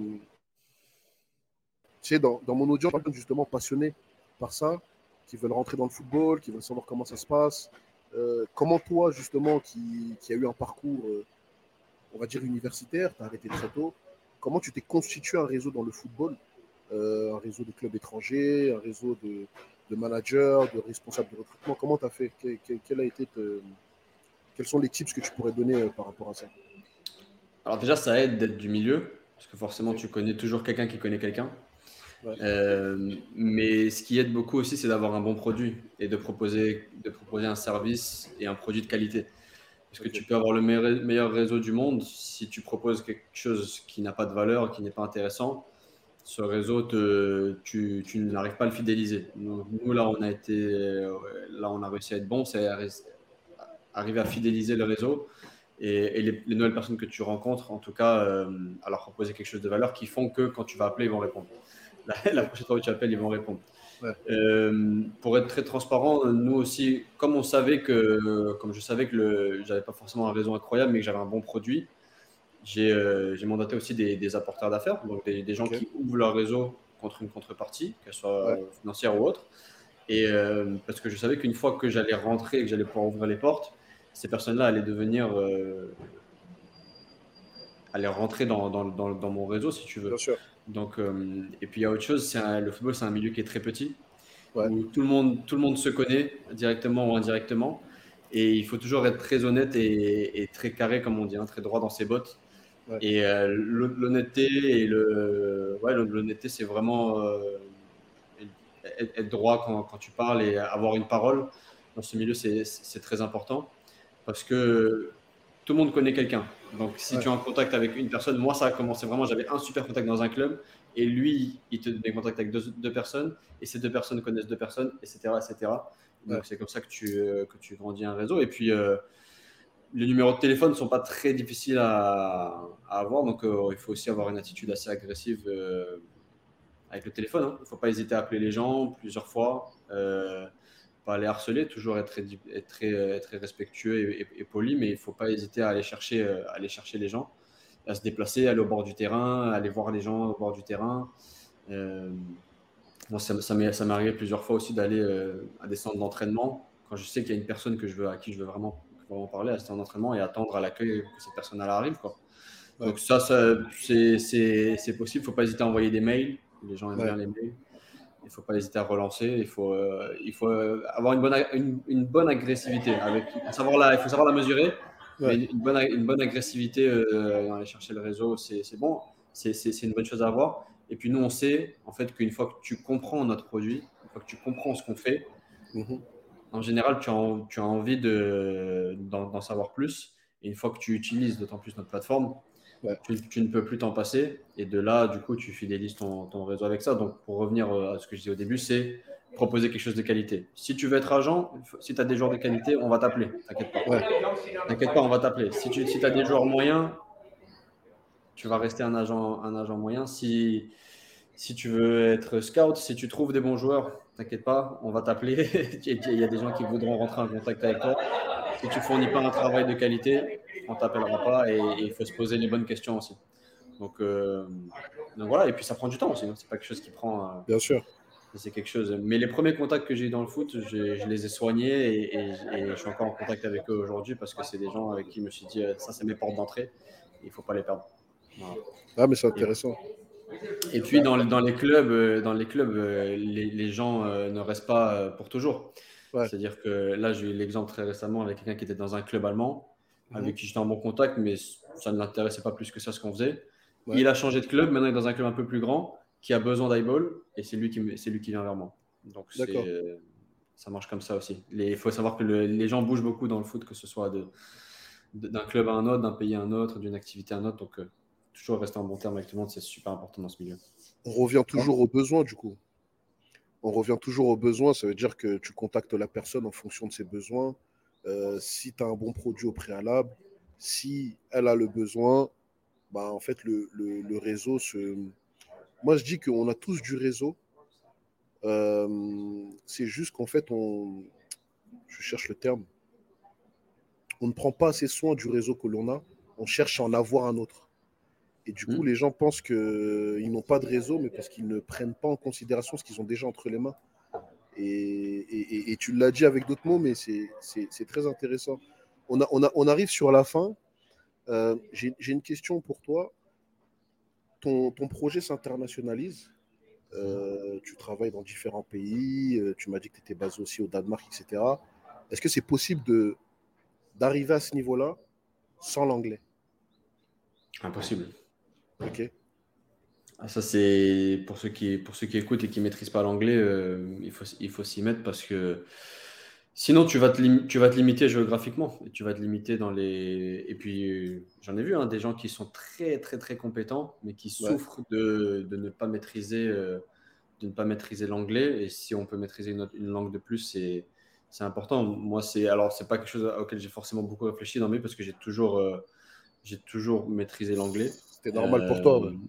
Tu sais, dans, dans mon audience, justement, passionnés par ça, qui veulent rentrer dans le football, qui veulent savoir comment ça se passe. Euh, comment toi, justement, qui, qui a eu un parcours, euh, on va dire, universitaire, tu as arrêté très tôt, comment tu t'es constitué un réseau dans le football, euh, un réseau de clubs étrangers, un réseau de, de managers, de responsables de recrutement? Comment tu as fait? quel, quel, quel a été te, Quels sont les tips que tu pourrais donner euh, par rapport à ça? Alors déjà, ça aide d'être du milieu, parce que forcément, Ok. tu connais toujours quelqu'un qui connaît quelqu'un. Ouais. Euh, mais ce qui aide beaucoup aussi, c'est d'avoir un bon produit et de proposer, de proposer un service et un produit de qualité. Parce que Ok. tu peux avoir le meilleur, meilleur réseau du monde, si tu proposes quelque chose qui n'a pas de valeur, qui n'est pas intéressant, ce réseau, te, tu, tu n'arrives pas à le fidéliser. Nous, nous, là, on a été, euh, là, on a réussi à être bon, c'est arriver à fidéliser le réseau et, et les, les nouvelles personnes que tu rencontres, en tout cas, euh, à leur proposer quelque chose de valeur qui font que quand tu vas appeler, ils vont répondre. La, la prochaine fois où tu appelles, ils vont répondre. Ouais. Euh, pour être très transparent, nous aussi, comme on savait que, comme je savais que le, j'avais pas forcément un réseau incroyable, mais que j'avais un bon produit, j'ai, euh, j'ai mandaté aussi des, des apporteurs d'affaires, donc des, des gens Ok. qui ouvrent leur réseau contre une contrepartie, qu'elle soit Ouais. financière ou autre. Et euh, parce que je savais qu'une fois que j'allais rentrer et que j'allais pouvoir ouvrir les portes, ces personnes-là allaient devenir, euh, allaient rentrer dans, dans, dans, dans mon réseau, si tu Bien veux. sûr. Donc, euh, et puis il y a autre chose, c'est un- le football, c'est un milieu qui est très petit, Ouais. où tout le monde, tout le monde se connaît directement ou indirectement. Et il faut toujours être très honnête et, et très carré, comme on dit, hein, très droit dans ses bottes. Ouais. Et euh, l'honnêteté et le, ouais, l'honnêteté, c'est vraiment euh, être, être droit quand, quand tu parles et avoir une parole. Dans ce milieu, c'est c'est très important parce que tout le monde connaît quelqu'un. Donc, si Ouais. tu es en contact avec une personne, moi, ça a commencé vraiment. J'avais un super contact dans un club et lui, il te met en contact avec deux, deux personnes et ces deux personnes connaissent deux personnes, et cetera et cetera. Ouais. Donc, c'est comme ça que tu, euh, que tu grandis un réseau. Et puis, euh, les numéros de téléphone ne sont pas très difficiles à, à avoir. Donc, euh, il faut aussi avoir une attitude assez agressive euh, avec le téléphone. Hein. Il ne faut pas hésiter à appeler les gens plusieurs fois. Euh, pas les harceler, toujours être très, être très, être très respectueux et, et, et poli, mais il ne faut pas hésiter à aller, chercher, à aller chercher les gens, à se déplacer, aller au bord du terrain, aller voir les gens au bord du terrain. Euh, moi, ça, ça m'est ça m'est arrivé plusieurs fois aussi d'aller euh, à des centres d'entraînement quand je sais qu'il y a une personne que je veux, à qui je veux vraiment, vraiment parler à ce centre d'entraînement et attendre à l'accueil que cette personne-là arrive. Quoi. Ouais. Donc ça, ça c'est possible. Il ne faut pas hésiter à envoyer des mails. Les gens aiment Ouais. bien les mails. Il ne faut pas hésiter à relancer. Il faut, euh, il faut euh, avoir une bonne, une, une bonne agressivité. Avec, il, faut savoir la, il faut savoir la mesurer, Ouais. mais une, une, bonne, une bonne agressivité euh, dans aller chercher le réseau, c'est bon. C'est une bonne chose à avoir. Et puis nous, on sait en fait qu'une fois que tu comprends notre produit, une fois que tu comprends ce qu'on fait, Mhm. en général, tu as, tu as envie d'en savoir plus. Et une fois que tu utilises d'autant plus notre plateforme, Ouais. tu, tu ne peux plus t'en passer. Et de là, du coup, tu fidélises ton, ton réseau avec ça. Donc, pour revenir à ce que je disais au début, c'est proposer quelque chose de qualité. Si tu veux être agent, si tu as des joueurs de qualité, on va t'appeler. T'inquiète pas. Ouais. T'inquiète pas, on va t'appeler. Si tu si as des joueurs moyens, tu vas rester un agent, un agent moyen. Si, si tu veux être scout, si tu trouves des bons joueurs, t'inquiète pas, on va t'appeler. Il y a des gens qui voudront rentrer en contact avec toi. Si tu fournis pas un travail de qualité, on t'appellera pas et il faut se poser les bonnes questions aussi. Donc, euh, donc voilà, et puis ça prend du temps aussi. Hein. C'est pas quelque chose qui prend. Euh, Bien sûr. C'est quelque chose. Mais les premiers contacts que j'ai eu dans le foot, je, je les ai soignés et, et, et je suis encore en contact avec eux aujourd'hui parce que c'est des gens avec qui je me suis dit, ça, c'est mes portes d'entrée. Il faut pas les perdre. Voilà. Ah, mais c'est intéressant. Et, et puis dans, dans les clubs, dans les clubs, les, les gens ne restent pas pour toujours. Ouais. C'est-à-dire que là, j'ai eu l'exemple très récemment avec quelqu'un qui était dans un club allemand, mmh. avec qui j'étais en bon contact, mais ça ne l'intéressait pas plus que ça ce qu'on faisait. Ouais. Il a changé de club, maintenant il est dans un club un peu plus grand, qui a besoin d'eyeball, et c'est lui qui, c'est lui qui vient vers moi. Donc c'est, ça marche comme ça aussi. Il faut savoir que le, les gens bougent beaucoup dans le foot, que ce soit de, de, d'un club à un autre, d'un pays à un autre, d'une activité à un autre. Donc euh, toujours rester en bon terme avec tout le monde, c'est super important dans ce milieu. On revient toujours aux besoins du coup. On revient toujours aux besoins, ça veut dire que tu contactes la personne en fonction de ses besoins. Euh, si tu as un bon produit au préalable, si elle a le besoin, bah, en fait, le, le, le réseau se... Moi, je dis qu'on a tous du réseau. Euh, c'est juste qu'en fait, on... je cherche le terme. On ne prend pas assez soin du réseau que l'on a. On cherche à en avoir un autre. Et du coup, mmh. les gens pensent qu'ils n'ont pas de réseau, mais parce qu'ils ne prennent pas en considération ce qu'ils ont déjà entre les mains. Et, et, et, et tu l'as dit avec d'autres mots, mais c'est, c'est, c'est très intéressant. On, a, on, a, on arrive sur la fin. Euh, j'ai, j'ai une question pour toi. Ton, ton projet s'internationalise. Euh, tu travailles dans différents pays. Euh, tu m'as dit que tu étais basé aussi au Danemark, et cetera. Est-ce que c'est possible de, d'arriver à ce niveau-là sans l'anglais ? Impossible. Ok. Ah, ça, c'est pour ceux qui, pour ceux qui écoutent et qui ne maîtrisent pas l'anglais, euh, il faut, il faut s'y mettre parce que sinon, tu vas te, lim- tu vas te limiter géographiquement et tu vas te limiter dans les. Et puis, euh, j'en ai vu hein, des gens qui sont très, très, très compétents, mais qui Ouais. souffrent de, de ne pas maîtriser, euh, de ne pas maîtriser l'anglais. Et si on peut maîtriser une, autre- une langue de plus, c'est, c'est important. Moi, c'est alors, c'est pas quelque chose auquel j'ai forcément beaucoup réfléchi dans ma vie parce que j'ai toujours, euh, j'ai toujours maîtrisé l'anglais. C'était normal euh, pour toi. Ouais.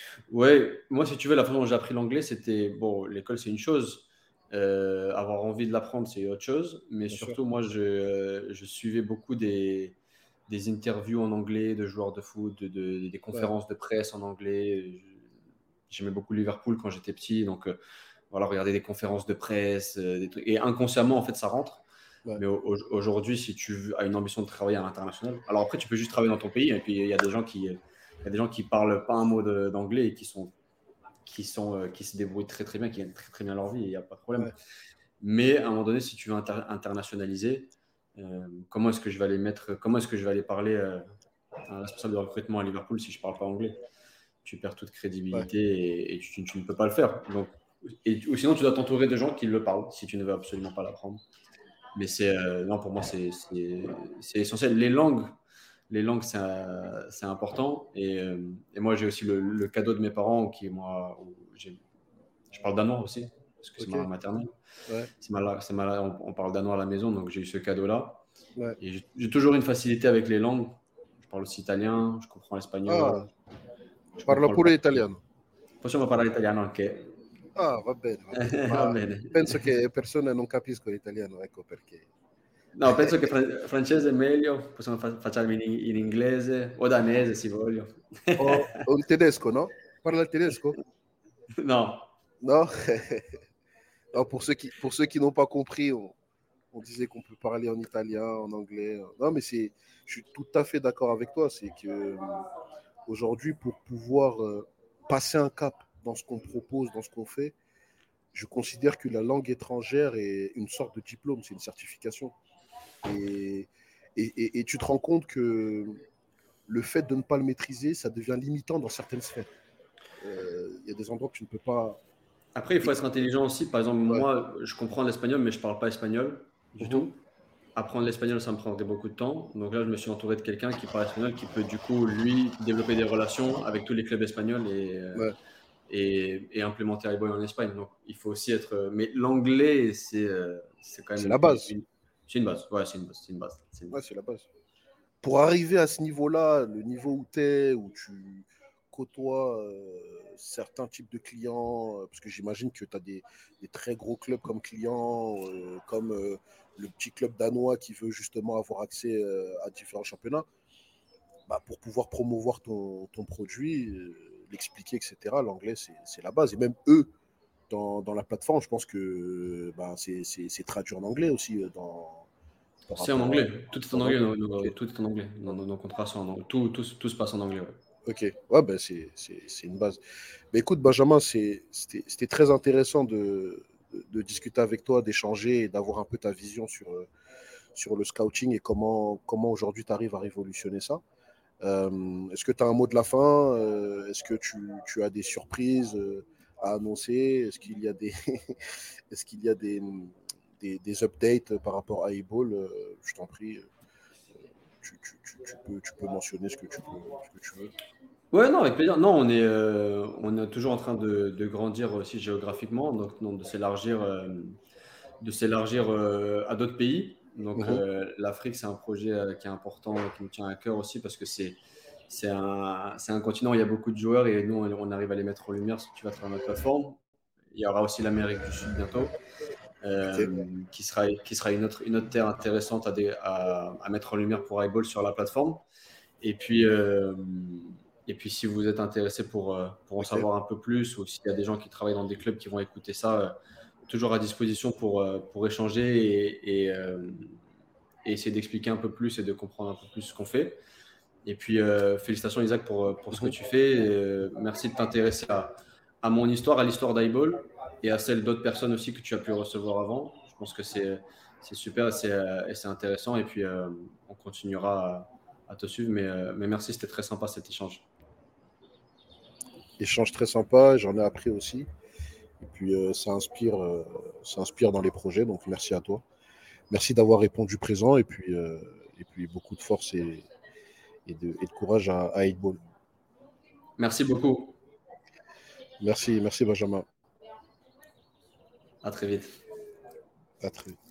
ouais, moi, si tu veux, la façon dont j'ai appris l'anglais, c'était bon. L'école, c'est une chose. Euh, avoir envie de l'apprendre, c'est autre chose. Mais Bien surtout, sûr. moi, je, je suivais beaucoup des, des interviews en anglais de joueurs de foot, de, de, des conférences ouais. de presse en anglais. J'aimais beaucoup Liverpool quand j'étais petit. Donc, euh, voilà, regarder des conférences de presse. Euh, des trucs. Et inconsciemment, en fait, ça rentre. Ouais. Mais au, aujourd'hui, si tu as une ambition de travailler à l'international, alors après, tu peux juste travailler dans ton pays. Et puis, il y a des gens qui il y a des gens qui parlent pas un mot de, d'anglais et qui sont qui, sont, euh, qui se débrouillent très très bien, qui gagnent très très bien leur vie, il n'y a pas de problème. Ouais. Mais à un moment donné, si tu veux inter- internationaliser, euh, comment est-ce que je vais aller mettre, comment est-ce que je vais aller parler euh, à un responsable de recrutement à Liverpool si je ne parle pas anglais ? Tu perds toute crédibilité ouais. et, et tu, tu ne peux pas le faire. Donc, et, ou sinon, tu dois t'entourer de gens qui le parlent si tu ne veux absolument pas l'apprendre. Mais c'est, euh, non, pour moi, c'est, c'est, c'est essentiel. Les langues, les langues, c'est, euh, c'est important. Et, euh, et moi, j'ai aussi le, le cadeau de mes parents qui, moi, j'ai, je parle danois aussi, parce que okay. c'est ma langue maternelle. Ouais. C'est ma, c'est ma, on, on parle danois à la maison, donc j'ai eu ce cadeau-là. Ouais. Et j'ai, j'ai toujours une facilité avec les langues. Je parle aussi italien, je comprends l'espagnol. Ah, parlo pure l'italiano. Possiamo parlare italiano anche. Ah, va bene. Va bene. Va bene. Penso che persone non capiscono l'italiano, ecco perché. No, penso che fran- francese è meglio, possiamo fa- facciarmi in, in inglese o danese se voglio. O, o il tedesco, no? Parla il tedesco? No. Non. Non, pour ceux qui, pour ceux qui n'ont pas compris, on, on disait qu'on peut parler en italien, en anglais. Non, mais c'est, je suis tout à fait d'accord avec toi. C'est que aujourd'hui, pour pouvoir euh, passer un cap dans ce qu'on propose, dans ce qu'on fait, je considère que la langue étrangère est une sorte de diplôme, c'est une certification. Et, et, et, et tu te rends compte que le fait de ne pas le maîtriser, ça devient limitant dans certaines sphères. Il euh, y a des endroits que tu ne peux pas... Après, il faut être intelligent aussi. Par exemple, ouais. moi, je comprends l'espagnol, mais je ne parle pas espagnol du mmh. tout. Apprendre l'espagnol, ça me prendrait beaucoup de temps. Donc là, je me suis entouré de quelqu'un qui parle espagnol, qui peut du coup, lui, développer des relations avec tous les clubs espagnols et, ouais. et, et implémenter eyeball en Espagne. Donc, il faut aussi être... Mais l'anglais, c'est, c'est quand même... C'est la base. Une... C'est une base. Ouais, c'est une base. C'est une base. C'est une base. Ouais, c'est la base. Pour arriver à ce niveau-là, le niveau où tu es, où tu côtoies euh, certains types de clients, euh, parce que j'imagine que tu as des, des très gros clubs comme clients, euh, comme euh, le petit club danois qui veut justement avoir accès euh, à différents championnats, bah, pour pouvoir promouvoir ton, ton produit, euh, l'expliquer, et cetera. L'anglais, c'est c'est la base. Et même eux, dans, dans la plateforme, je pense que bah, c'est c'est- c'est traduit en anglais aussi euh, dans, par C'est en rapport à. anglais. Tout est C'est en en anglais. anglais. Nos, nos- Ok. tout est en anglais. Nos, nos- nos contrats sont en anglais. Tout, tout, tout se passe en anglais. Ouais. Ok, ouais, ben c'est c'est- c'est une base. Mais écoute, Benjamin, c'est- c'était c'était très intéressant de, de, de discuter avec toi, d'échanger et d'avoir un peu ta vision sur, euh, sur le scouting et comment, comment aujourd'hui tu arrives à révolutionner ça. Euh, Est-ce que tu as un mot de la fin? Euh, Est-ce que tu, tu as des surprises euh, à annoncer? Est-ce qu'il y a des, est-ce qu'il y a des, des, des updates par rapport à eBall? Euh, Je t'en prie, euh, tu, tu, tu, tu peux, tu peux mentionner ce que tu, peux, ce que tu veux. Ouais, non, avec plaisir. Non, on est, euh, on est toujours en train de, de grandir aussi géographiquement, donc, donc de s'élargir, euh, de s'élargir euh, à d'autres pays. Donc Mhm. euh, l'Afrique, c'est un projet euh, qui est important, qui me tient à cœur aussi parce que c'est, c'est un, c'est un continent où il y a beaucoup de joueurs et nous, on, on arrive à les mettre en lumière si tu vas travers notre plateforme. Il y aura aussi l'Amérique du Sud bientôt, Ok. euh, qui sera, qui sera une, autre, une autre terre intéressante à, dé- à, à mettre en lumière pour iBall sur la plateforme. Et puis, euh, et puis si vous êtes intéressé pour, euh, pour en Ok. savoir un peu plus ou s'il y a des gens qui travaillent dans des clubs qui vont écouter ça, euh, toujours à disposition pour, euh, pour échanger et, et, euh, et essayer d'expliquer un peu plus et de comprendre un peu plus ce qu'on fait. Et puis, euh, félicitations Isaac pour, pour ce que Mhm. tu fais. Euh, merci de t'intéresser à, à mon histoire, à l'histoire d'iBall et à celle d'autres personnes aussi que tu as pu recevoir avant. Je pense que c'est, c'est super et c'est, euh, et c'est intéressant. Et puis, euh, on continuera à, à te suivre. Mais, euh, mais merci, c'était très sympa cet échange. Échange très sympa, j'en ai appris aussi. Et puis euh, ça inspire, euh, ça inspire dans les projets, donc merci à toi. Merci d'avoir répondu présent et puis, euh, et puis beaucoup de force et, et, de, et de courage à, à eight Ball. Merci beaucoup. Merci, merci Benjamin. À très vite. À très vite.